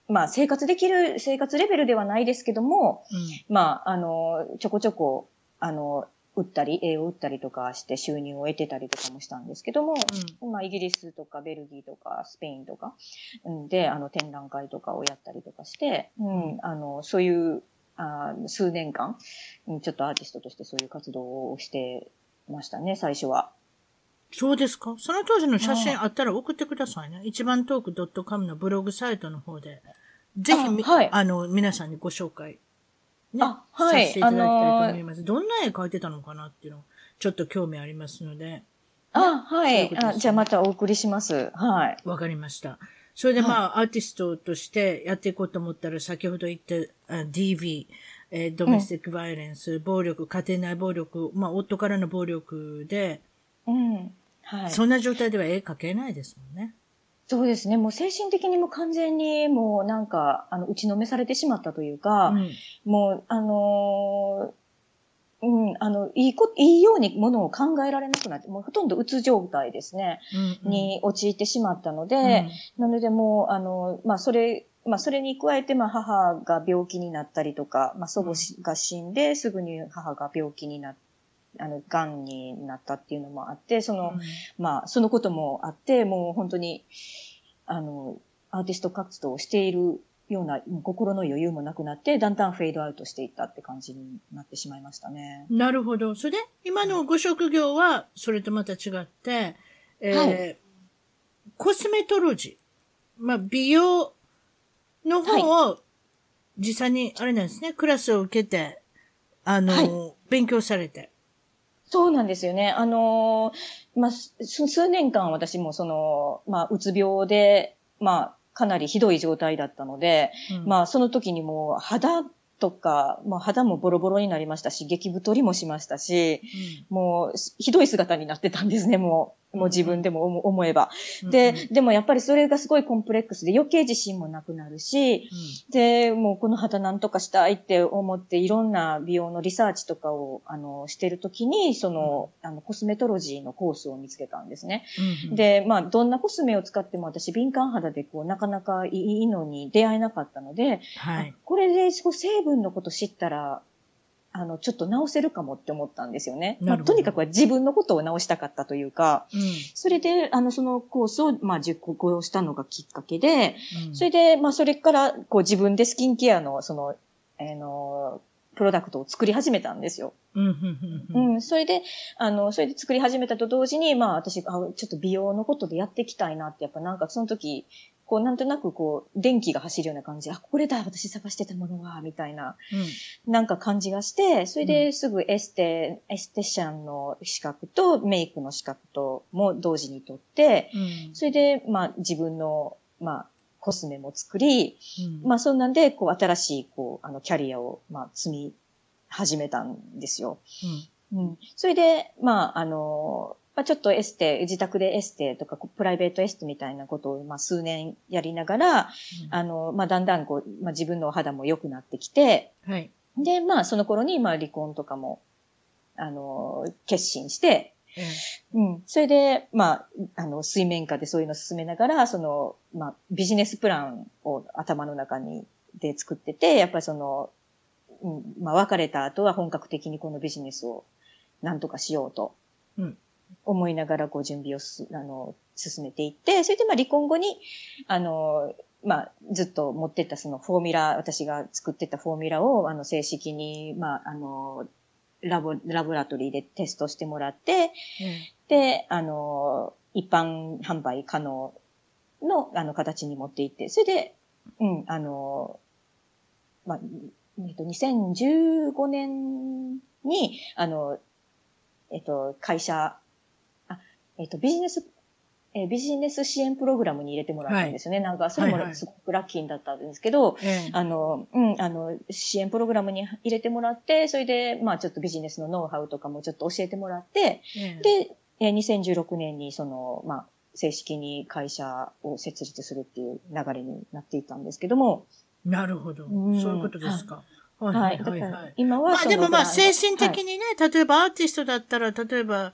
まあ生活レベルではないですけども、まあ、ちょこちょこ、売ったり、絵を売ったりとかして収入を得てたりとかもしたんですけども、まあ、イギリスとかベルギーとかスペインとか、で、展覧会とかをやったりとかして、そういう、数年間、ちょっとアーティストとしてそういう活動をしてましたね、最初は。 そうですか。その当時の写真あったら送ってくださいね。一番トーク .com のブログサイトの方で。ぜひ、 はい、 皆さんにご紹介、ね、 はい、 させていただきたいと思います。どんな絵描いてたのかなっていうの、ちょっと興味ありますので。ね、 はい。じゃあまたお送りします。はい。 わかりました。それでアーティストとしてやっていこうと思ったら、先ほど言った DV、ドメスティックバイオレンス、暴力、家庭内暴力、夫からの暴力で、はい。そんな状態では絵描けないですもんね。 そうですね。もう精神的にも完全にもうなんか、打ちのめされてしまったというか、もう、いいようにものを考えられなくなって、もうほとんどうつ状態ですね、に陥ってしまったので、なのでもう、それに加えて、母が病気になったりとか、祖母が死んで、すぐに母が病気になって、癌になったっていうのもあって、そのこともあって、もう本当に、アーティスト活動をしているような心の余裕もなくなって、だんだんフェードアウトしていったって感じになってしまいましたね。 なるほど。それで、今のご職業は、それとまた違って、コスメトロジー。美容の方を、実際に、あれなんですね、クラスを受けて、勉強されて。 そうなんですよね。数年間私もうつ病で、かなりひどい状態だったので、その時にもう肌とか、肌もボロボロになりましたし、激太りもしましたし、もうひどい姿になってたんですね、もう自分でも思えば。でもやっぱりそれがすごいコンプレックスで余計自信もなくなるし、で、もうこの肌なんとかしたいって思っていろんな美容のリサーチとかを、してるときに、コスメトロジーのコースを見つけたんですね。で、どんなコスメを使っても私敏感肌でなかなかいいのに出会えなかったので、これで成分のこと知ったら、ちょっと直せるかもって思ったんですよね。とにかくは自分のことを直したかったというか、それで、そのコースを、受講したのがきっかけで、それで、それから、自分でスキンケアの、プロダクトを作り始めたんですよ。それで作り始めたと同時に、私、ちょっと美容のことでやっていきたいなって、やっぱなんかその時、なんとなく電気が走るような感じで、これだ、私探してたものは、みたいな、なんか感じがして、それですぐエステシャンの資格とメイクの資格とも同時に取って、それで、自分の、コスメも作り、そんなんで、新しい、キャリアを、積み始めたんですよ。それで、ちょっと自宅でエステとか、プライベートエステみたいなことを、数年やりながら、だんだん自分の肌も良くなってきて、で、その頃に、離婚とかも、決心して、それで、水面下でそういうのを進めながら、ビジネスプランを頭の中で作ってて、やっぱり別れた後は本格的にこのビジネスを何とかしようと。思いながら準備を進めていって、それで離婚後に、ずっと持ってったフォーミュラ、私が作ってたフォーミュラを、正式に、ラボラトリーでテストしてもらって、で、一般販売可能の、形に持っていって、それで、2015年に、会社、ビジネス支援プログラムに入れてもらったんですよね。なんか、それもすごくラッキーだったんですけど、支援プログラムに入れてもらって、それで、ちょっとビジネスのノウハウとかもちょっと教えてもらって、で、2016年に正式に会社を設立するっていう流れになっていたんですけども。 なるほど。そういうことですか。 はい。今はでも精神的にね、例えばアーティストだったら、例えば、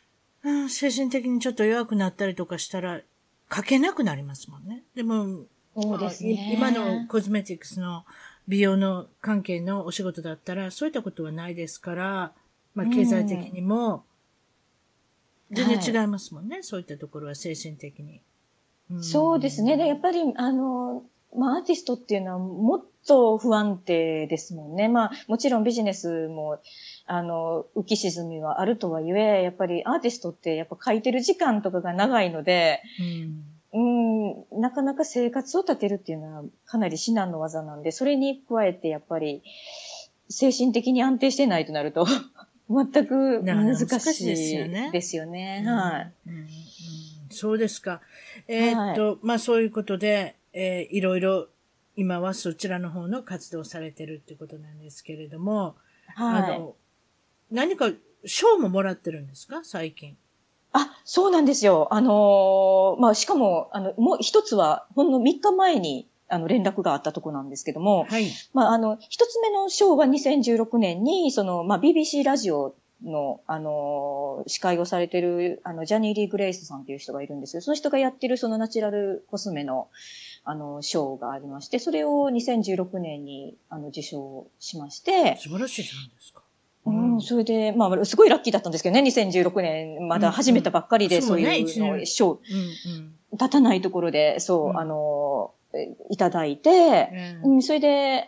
精神的にちょっと弱くなったりとかしたら、書けなくなりますもんね。でも、 そうですね。 今のコスメティクスの美容の関係のお仕事だったら、そういったことはないですから、経済的にも、全然違いますもんね、はい、そういったところは精神的に。 そうですね。で、やっぱり、アーティストっていうのはもっと不安定ですもんね。もちろんビジネスも、浮き沈みはあるとはいえ、やっぱりアーティストってやっぱ書いてる時間とかが長いので、なかなか生活を立てるっていうのはかなり至難の技なんで、それに加えてやっぱり精神的に安定してないとなると全く難しいですよね。はい。 そうですか。そういうことで、いろいろ今はそちらの方の活動をされてるってことなんですけれども、はい、何か賞ももらってるんですか最近。 そうなんですよ。しかも、もう一つは、ほんの3日前に、連絡があったとこなんですけども、 はい。 一つ目の賞は2016年に、BBC ラジオの、司会をされてる、ジャニー・リー・グレイスさんっていう人がいるんですよ。その人がやってる、ナチュラルコスメの、賞がありまして、それを2016年に、受賞しまして。 素晴らしいじゃないですか。 それで、すごいラッキーだったんですけどね、2016年、まだ始めたばっかりで、そういうの、賞、立たないところで、いただいて、それで、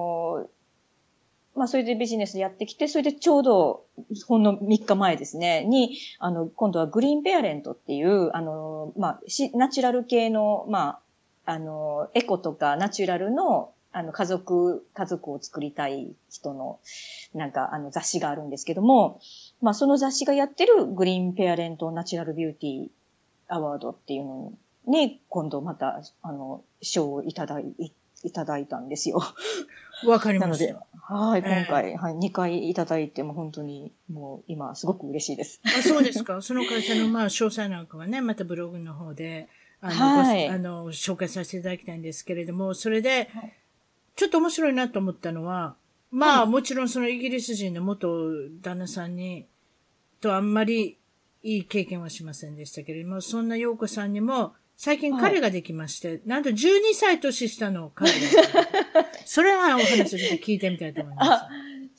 それでビジネスやってきて、それでちょうど、ほんの3日前ですね、に、今度はグリーンペアレントっていう、ナチュラル系の、エコとかナチュラルの、家族を作りたい人の、雑誌があるんですけども、その雑誌がやってるグリーンペアレントナチュラルビューティーアワードっていうのに、今度また、賞をいただいたんですよ。 わかりました。 なので、はい、今回、2回いただいても本当に、もう今すごく嬉しいです。 そうですか。その会社の詳細なんかはね、またブログの方で、紹介させていただきたいんですけれども、それで、ちょっと面白いなと思ったのは、もちろんそのイギリス人の元旦那さんとあんまりいい経験はしませんでしたけれども、そんな陽子さんにも、最近彼ができまして、なんと12歳年下の彼ができた。それはお話をちょっと聞いてみたいと思います。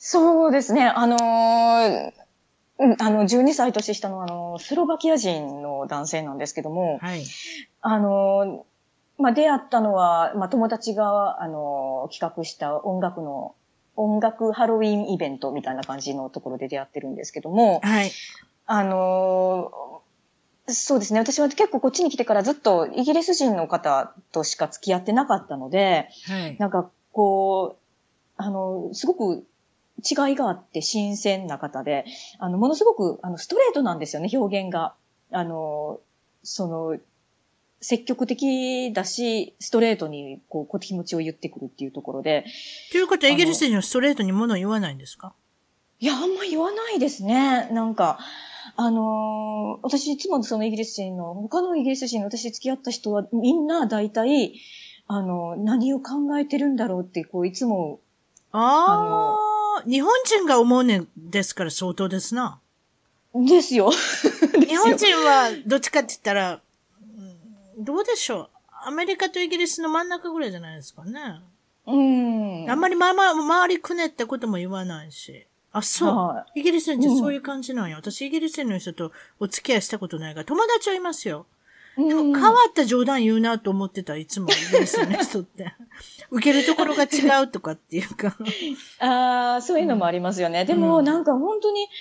そうですね。12歳年下のスロバキア人の男性なんですけども、 はい。 出会ったのは、友達が、企画した音楽ハロウィンイベントみたいな感じのところで出会ってるんですけども、 はい。 そうですね。私は結構こっちに来てからずっとイギリス人の方としか付き合ってなかったので、 はい。 すごく違いがあって新鮮な方で、ものすごく、ストレートなんですよね、表現が。積極的だし、ストレートに、気持ちを言ってくるっていうところで。 ということは、イギリス人はストレートに物を言わないんですか？ いや、あんま言わないですね。私いつもイギリス人の、他のイギリス人の私付き合った人はみんな大体、何を考えてるんだろうって、いつも。 日本人が思うねんですから相当ですな。 ですよ。 日本人はどっちかって言ったら、どうでしょう。アメリカとイギリスの真ん中ぐらいじゃないですかね。あんまり周りくねってことも言わないし。そう。イギリス人ってそういう感じなんや。私イギリス人の人とお付き合いしたことないから、友達はいますよ。でも変わった冗談言うなと思ってた、いつもイギリスの人って。受けるところが違うとかっていうか。 そういうのもありますよね。でも本当に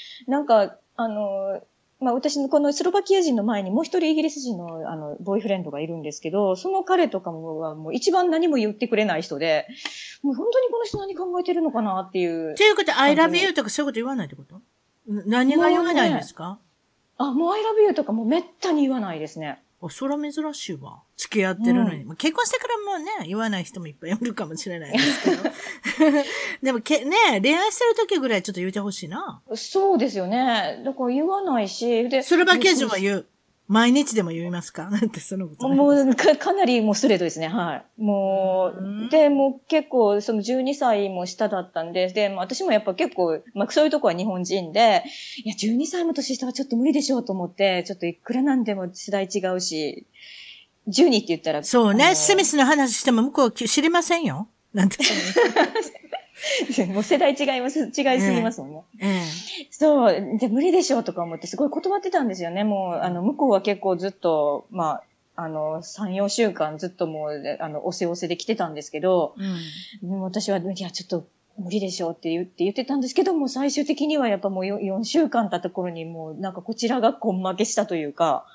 私のこのスロバキア人の前にもう一人イギリス人のボーイフレンドがいるんですけど、その彼とかはもう一番何も言ってくれない人で、もう本当にこの人何考えてるのかなっていう。 っていうことは I love you とかそういうこと言わないってこと？何が言わないんですか？ もう I love you とかもうめったに言わないですね。 そら珍しいわ。付き合ってるのに。結婚してからもね、言わない人もいっぱいいるかもしれないですけど。でも恋愛してる時ぐらいちょっと言ってほしいな。 そうですよね。だから言わないし。で、 スロバキア人は言う。毎日でも言いますかなんてそのこと。 もうかなりもうストレートですね。はい。もう結構12歳も下だったんで、私もやっぱ結構、そういうとこは日本人で、いや、12歳も年下はちょっと無理でしょうと思って、ちょっといくらなんでも世代違うし、 12って言ったら。 そうね。スミスの話しても向こう知りませんよ。なんて。 もう世代違いすぎますもんね。そう。で、無理でしょうとか思ってすごい断ってたんですよね。もう、向こうは結構ずっと、まあ、3、4週間ずっともう、おせおせで来てたんですけど、でも私は、いや、ちょっと無理でしょうって言ってたんですけども、最終的にはやっぱもう4週間経った頃にもう、なんかこちらが根負けしたというか、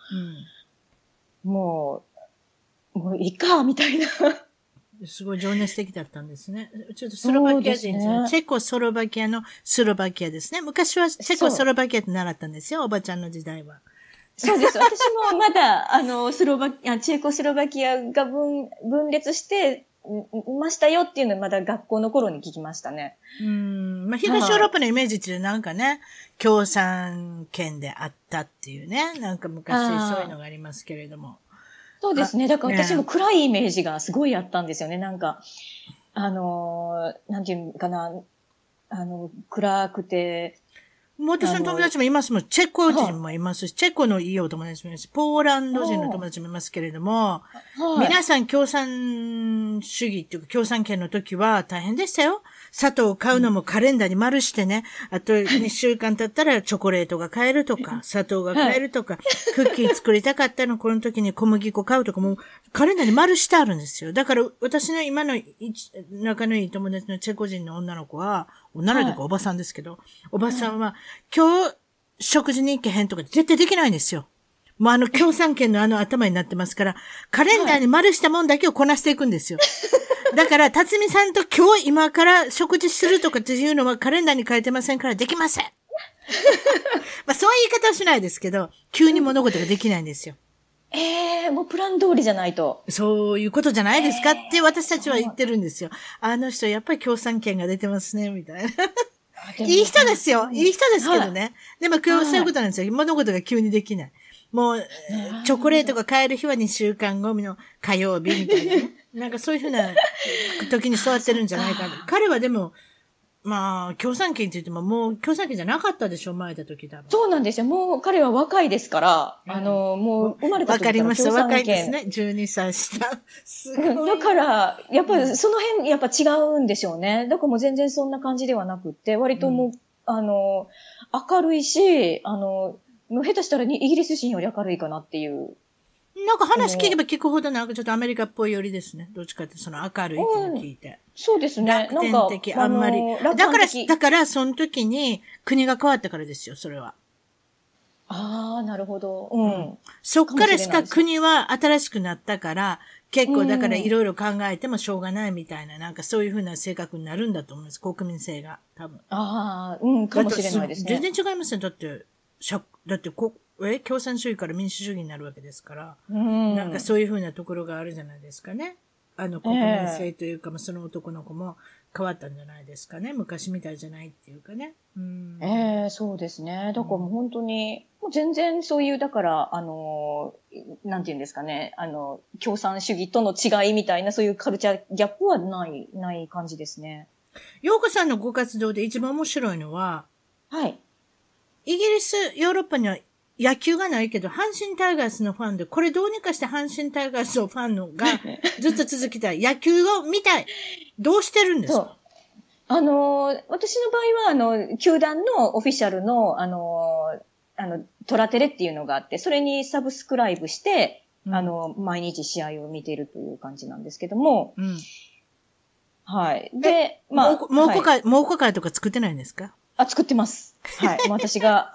もういいか、みたいな。 すごい情熱的だったんですね。ちょっとスロバキア人、ね、チェコスロバキアのスロバキアですね。昔はチェコスロバキアって習ったんですよ、おばちゃんの時代は。 そうです。私もまだ、チェコスロバキアが分裂してましたよっていうのはまだ学校の頃に聞きましたね。 まあ、東ヨーロッパのイメージってなんかね、共産圏であったっていうね、なんか昔そういうのがありますけれども。 そうですね。だから私も暗いイメージがすごいあったんですよね。なんか、なんていうかな、暗くて。 もう私の友達もいますもん。チェコ人もいますし、チェコのいいお友達もいますし、ポーランド人の友達もいますけれども、皆さん共産主義っていうか共産権の時は大変でしたよ。砂糖を買うのもカレンダーに丸してね、あと2週間経ったらチョコレートが買えるとか、砂糖が買えるとか、クッキー作りたかったの、この時に小麦粉買うとかもカレンダーに丸してあるんですよ。だから私の今の仲のいい友達のチェコ人の女の子は、女の子とかおばさんですけど、おばさんは今日食事に行けへんとか絶対できないんですよ。もう共産権の頭になってますから、カレンダーに丸したもんだけをこなしていくんですよ。だから、辰巳さんと今日今から食事するとかっていうのはカレンダーに書いてませんからできません。まあそういう言い方はしないですけど、急に物事ができないんですよ。 もうプラン通りじゃないと。 そういうことじゃないですかって私たちは言ってるんですよ。あの人やっぱり共産権が出てますね、みたいな。いい人ですよ。いい人ですけどね。でも今日そういうことなんですよ。物事が急にできない。もう、チョコレートが買える日は2週間後の火曜日みたいなね。なんかそういうふうな時に育ってるんじゃないか。彼はでも、まあ、共産権って言ってももう共産権じゃなかったでしょ、生まれた時多分。 そうなんですよ。もう彼は若いですから、もう生まれた時から共産権。わかりました。 若いですね。12歳下。すごい。 だから、やっぱりその辺やっぱ違うんでしょうね。だからもう全然そんな感じではなくって、割ともう、明るいし、もう下手したらイギリス人より明るいかなっていう。 なんか話聞けば聞くほどなんかちょっとアメリカっぽいよりですね。どっちかってその明るいっていうのを聞いて。 そうですね。 楽天的、あんまり。だからその時に国が変わったからですよ、それは。 ああ、なるほど。 そっからしか国は新しくなったから、結構だからいろいろ考えてもしょうがないみたいな、なんかそういうふうな性格になるんだと思います。国民性が、多分。 ああ、かもしれないですね。 全然違いますね。だって共産主義から民主主義になるわけですから、なんかそういうふうなところがあるじゃないですかね。国民性というか、その男の子も変わったんじゃないですかね。昔みたいじゃないっていうかね。 そうですね。だからもう本当に、もう全然そういう、だから、なんていうんですかね、共産主義との違いみたいな、そういうカルチャーギャップはない感じですね。 陽子さんのご活動で一番面白いのは、 はい。 イギリス、ヨーロッパには野球がないけど、阪神タイガースのファンで、これどうにかして阪神タイガースのファンのがずっと続きたい。野球を見たい。どうしてるんですか？ 私の場合は、球団のオフィシャルの、トラテレっていうのがあって、それにサブスクライブして、毎日試合を見ているという感じなんですけども、はい。で、 まあ。蒙古会とか作ってないんですか？ 作ってます。はい。私が、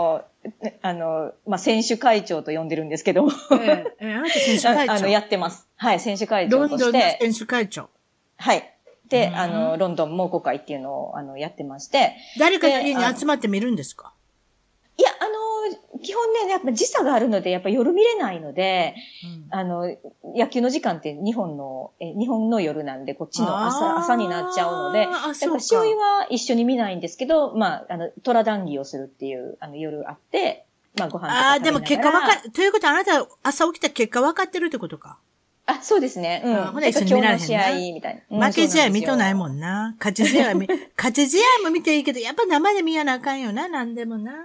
選手会長と呼んでるんですけども。 あなた選手会長やってます。はい、選手会長として。 ロンドンの選手会長。 はい。で、ロンドン蒙古会っていうのを、やってまして。 誰かの家に集まって見るんですか？ いや、基本ね、やっぱ時差があるので、やっぱ夜見れないので、野球の時間って日本の夜なんで、こっちの朝になっちゃうので、だから試合は一緒に見ないんですけど、虎談義をするっていう、夜あって、ご飯とか食べながら。 でも結果ということはあなた朝起きた結果分かってるってことか。 そうですね。 ほな一緒に見られへんな。 今日の試合みたいな。負け試合見とないもんな。勝ち試合も見ていいけど、やっぱ生で見やなあかんよな、なんでもな。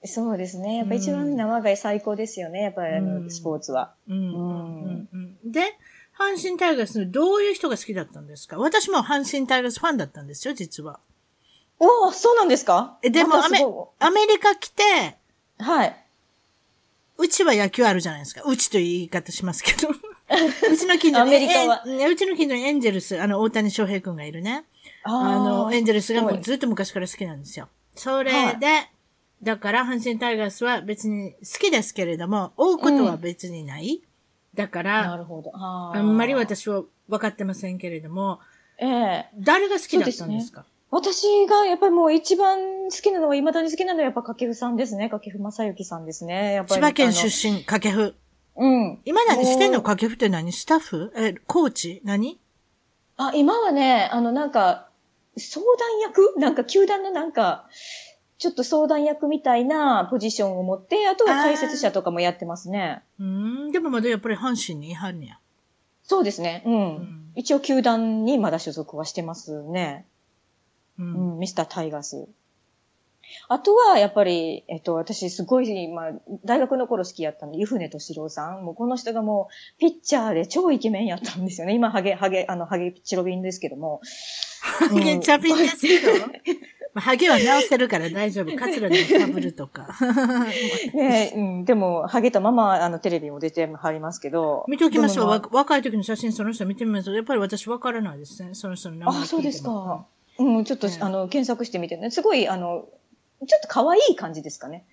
そうですね。やっぱ一番生が最高ですよね。やっぱりスポーツは。 で、阪神タイガースのどういう人が好きだったんですか？私も阪神タイガースファンだったんですよ、実は。 おお、そうなんですか？ でもアメリカ来て、 はい。 うちは野球あるじゃないですか。うちという言い方しますけど。うちの近所に、うちの近所にエンジェルス、大谷翔平くんがいるね。エンジェルスがもうずっと昔から好きなんですよ。それで、だから阪神タイガースは別に好きですけれども、追うことは別にない。だから、 なるほど。 あんまり私は分かってませんけれども、誰が好きだったんですか？ 私がやっぱりもう一番好きなのは、未だに好きなのはやっぱ掛布さんですね。掛布正幸さんですね。やっぱり。 千葉県出身、掛布。今何してんの？掛布って何？スタッフ？コーチ？何？ 今はね、なんか、相談役？なんか球団のなんか、ちょっと相談役みたいなポジションを持って、あとは解説者とかもやってますね。 でもまだやっぱり阪神にいはんねや。 そうですね。一応球団にまだ所属はしてますね。ミスタータイガース。あとは、やっぱり、私すごい、大学の頃好きやったの、湯船敏郎さん。もうこの人がもう、ピッチャーで超イケメンやったんですよね。今、ハゲチロビンですけども。 ハゲチャビンですけどハゲは直せるから大丈夫。カツラで被るとか。 でも、ハゲたまま、テレビも出てはりますけど。 見ておきましょう。若い時の写真、その人見てみますと、やっぱり私分からないですね。その人の名前聞いても。 そうですか。ちょっと、検索してみてね。すごい、ちょっと可愛い感じですかね。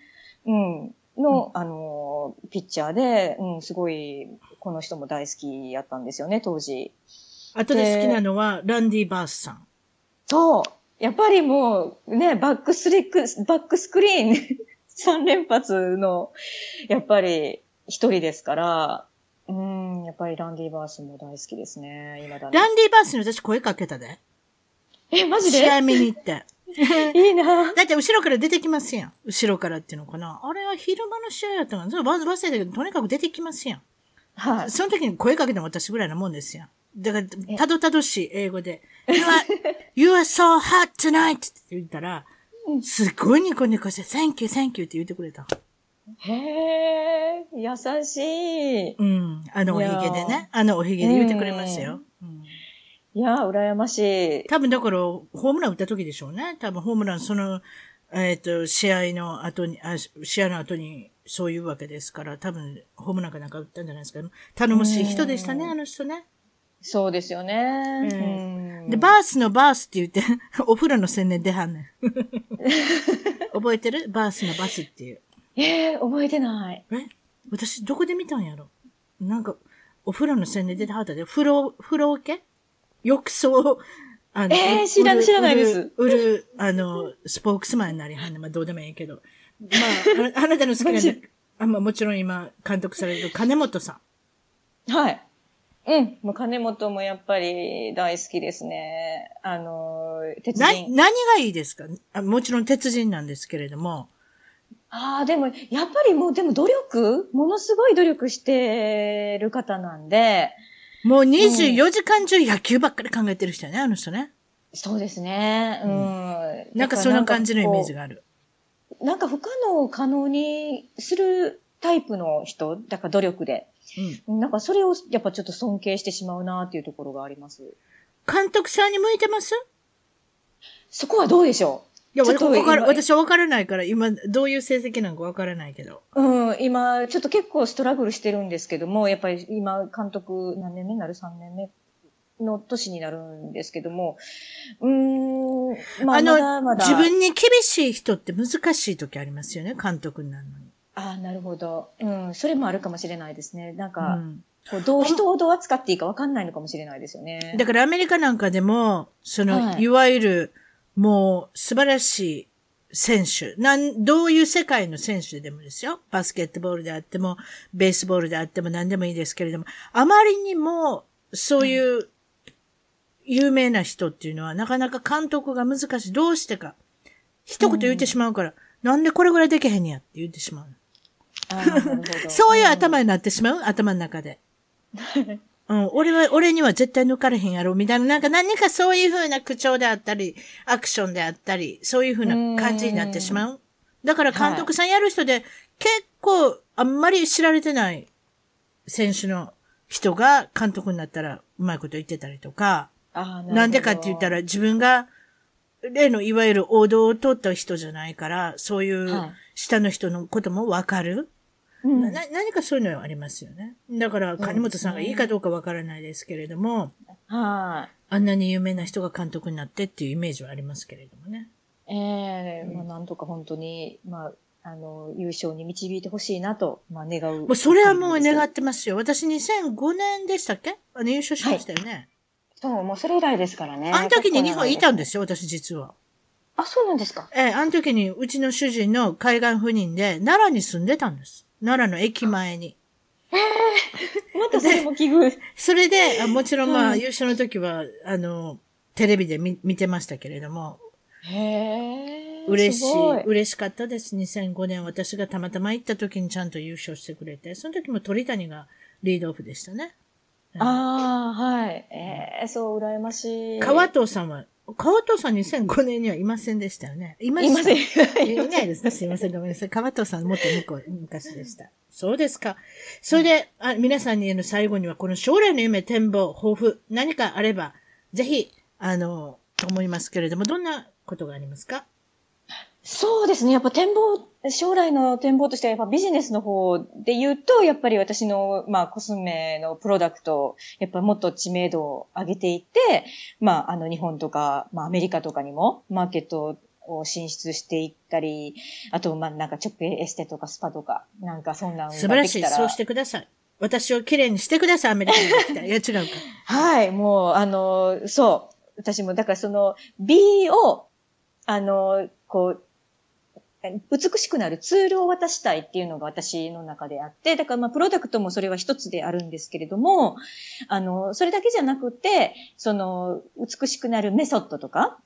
の、ピッチャーで、すごい、この人も大好きやったんですよね、当時。 あとで好きなのは、ランディ・バースさん。 そう。やっぱりもう、ね、バックスクリーン3連発の、やっぱり一人ですから、やっぱりランディ・バースも大好きですね、今だね。 ランディ・バースに私声かけたで。 マジで？ 試合見に行って。 いいな。 だって後ろから出てきますやん。後ろからっていうのかな。あれは昼間の試合やったかな。忘れたけど、とにかく出てきますやん。はい。その時に声かけても私ぐらいなもんですやん。だから、たどたどしい英語で、You are so hot tonight! って言ったら、すごいニコニコして、Thank you って言ってくれた。 へー、優しい。 おひげでね。おひげで言ってくれましたよ。 いやー、羨ましい。 多分だから、ホームラン打った時でしょうね。多分ホームラン、試合の後に、そういうわけですから、多分、ホームランかなんか打ったんじゃないですか。頼もしい人でしたね、あの人ね。 そうですよね。 で、バースって言って、お風呂の宣伝出はんねん。覚えてる？バースのバスっていう。 覚えてない。 私、どこで見たんやろ？なんか、お風呂の宣伝出てはったで、風呂桶？浴槽、 知らないです。 売る、スポークスマンになりはんねん。どうでもいいけど。あなたの好きな、もちろん今、監督される金本さん。はい。もう金本もやっぱり大好きですね。鉄人。 何がいいですか？もちろん鉄人なんですけれども。 でも、やっぱりものすごい努力してる方なんで。 もう24時間中野球ばっかり考えてる人やね、あの人ね。 そうですね。 なんかそんな感じのイメージがある。 なんか不可能を可能にするタイプの人、だから努力で。なんかそれをやっぱちょっと尊敬してしまうなっていうところがあります。 監督さんに向いてます？ そこはどうでしょう？ いや、私は分からないから、今、どういう成績なのか分からないけど。 今、ちょっと結構ストラグルしてるんですけども、やっぱり今、監督何年目になる？ 3 年目の年になるんですけども、まだ自分に厳しい人って難しい時ありますよね、監督になるのに。 なるほど。それもあるかもしれないですね。なんか、人をどう扱っていいか分かんないのかもしれないですよね。 だからアメリカなんかでも、いわゆる、もう素晴らしい選手。どういう世界の選手でもですよ。バスケットボールであっても、ベースボールであっても何でもいいですけれども、あまりにもそういう有名な人っていうのはなかなか監督が難しい。どうしてか。一言言ってしまうから、なんでこれぐらいできへんやって言ってしまう。そういう頭になってしまう、頭の中で。俺には絶対抜かれへんやろ、みたいな、何かそういう風な口調であったり、アクションであったり、そういう風な感じになってしまう。 だから監督さんやる人で、結構あんまり知られてない選手の人が監督になったらうまいこと言ってたりとか、なんでかって言ったら自分が例のいわゆる王道を通った人じゃないから、そういう下の人のこともわかる。何かそういうのはありますよね。だから、金本さんがいいかどうかわからないですけれども、あんなに有名な人が監督になってっていうイメージはありますけれどもね。 なんとか本当に、優勝に導いてほしいなと、願う。 もうそれはもう願ってますよ。私2005年でしたっけ優勝しましたよね。 そう、もうそれ以来ですからね。 あの時に日本いたんですよ、私実は。 あ、そうなんですか。 あの時にうちの主人の海岸赴任で奈良に住んでたんです。奈良の駅前に。 またそれも奇遇。 それで、もちろん優勝の時は、テレビで見てましたけれども。嬉しかったです。2005年私がたまたま行った時にちゃんと優勝してくれて、その時も鳥谷がリードオフでしたね。 はい。そう、羨ましい。 川藤さん2005年にはいませんでしたよね。いません。いないですね。すいません。ごめんなさい。川藤さんもっと昔でした。そうですか。それで、皆さんに最後にはこの将来の夢、展望、抱負、何かあれば、ぜひ、と思いますけれども、どんなことがありますか？ そうですね。やっぱ将来の展望としてはやっぱビジネスの方で言うと、やっぱり私の、コスメのプロダクト、やっぱもっと知名度を上げていって、日本とか、アメリカとかにもマーケットを進出していったり、あと、直営エステとかスパとか、そんなのができたら。 素晴らしい。そうしてください。私をきれいにしてください、アメリカに来たら。いや、違うか。 はい、もう、そう。私も、だからその、美を、美しくなるツールを渡したいっていうのが私の中であって、だからプロダクトもそれは一つであるんですけれども、それだけじゃなくて、美しくなるメソッドとか、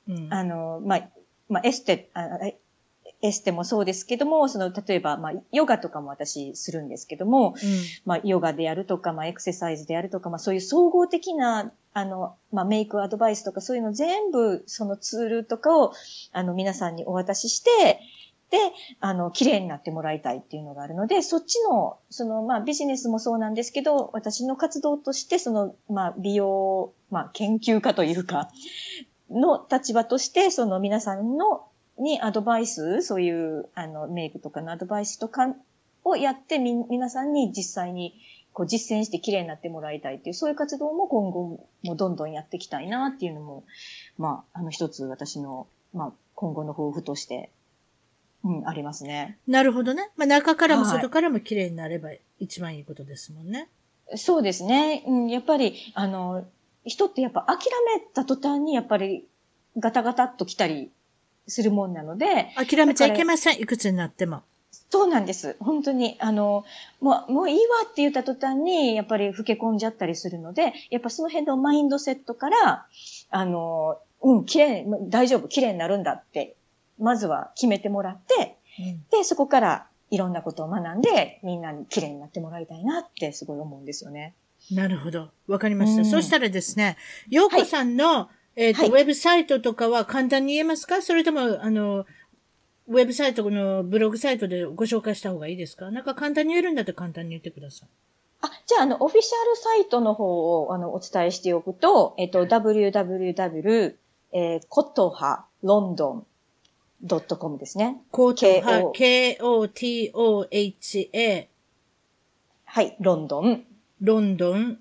エステもそうですけども、例えば、ヨガとかも私するんですけども、ヨガであるとか、エクササイズであるとか、そういう総合的な、メイクアドバイスとか、そういうの全部、そのツールとかを、皆さんにお渡しして、で、綺麗になってもらいたいっていうのがあるので、そっちの、ビジネスもそうなんですけど、私の活動として、美容、研究家というか、の立場として、皆さんにアドバイス、そういう、メイクとかのアドバイスとかをやって、皆さんに実際に、実践して綺麗になってもらいたいっていう、そういう活動も今後もどんどんやっていきたいなっていうのも、一つ私の、今後の抱負として、ありますね。 なるほどね。中からも外からも綺麗になれば一番いいことですもんね。 そうですね。やっぱり、人ってやっぱ諦めた途端にやっぱりガタガタっと来たりするもんなので。 諦めちゃいけません。いくつになっても。 そうなんです。本当に、もういいわって言った途端に、やっぱり老け込んじゃったりするので、やっぱその辺のマインドセットから、大丈夫、綺麗になるんだって、まずは決めてもらって、で、そこからいろんなことを学んで、みんなに綺麗になってもらいたいなってすごい思うんですよね。 なるほど。わかりました。そうしたらですね、陽子さんの、ウェブサイトとかは簡単に言えますか？それとも、ウェブサイトのブログサイトでご紹介した方がいいですか？簡単に言えるんだったら簡単に言ってください。 じゃあ、オフィシャルサイトの方を、お伝えしておくと、www.kotoha london.com ですね。 kotoha K-O-T-O-H-A はい、london.com。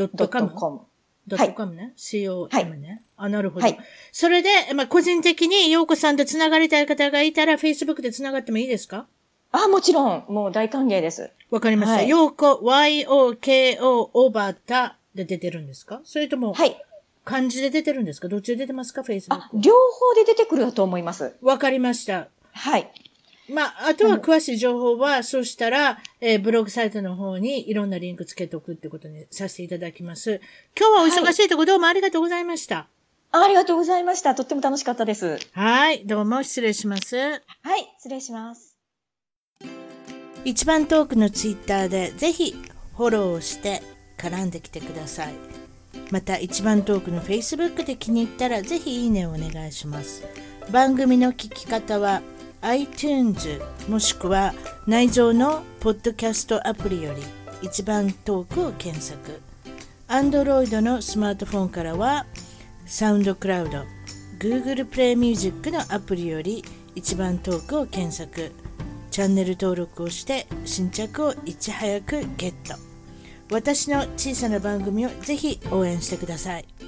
.com ね。C-O-M ね。なるほど。それで、個人的に陽子さんとつながりたい方がいたら、Facebook でつながってもいいですか？ もちろん。もう大歓迎です。 わかりました。陽子、Y-O-K-O、オバタで出てるんですか？それとも、漢字で出てるんですか？どっちで出てますか？ Facebook。 両方で出てくると思います。 わかりました。 はい。 あとは詳しい情報は、そうしたら、ブログサイトの方にいろんなリンクつけておくってことにさせていただきます。今日はお忙しいところどうもありがとうございました。 ありがとうございました。とっても楽しかったです。 はい。どうも失礼します。はい。 失礼します。 一番トークのツイッターでぜひフォローして絡んできてください。また一番トークの Facebook で気に入ったらぜひいいねをお願いします。番組の聞き方は iTunes もしくは内蔵のポッドキャストアプリより一番トークを検索。Android のスマートフォンからはサウンドクラウド、Google プレイミュージックのアプリより一番トークを検索。チャンネル登録をして新着をいち早くゲット。私の小さな番組をぜひ応援してください。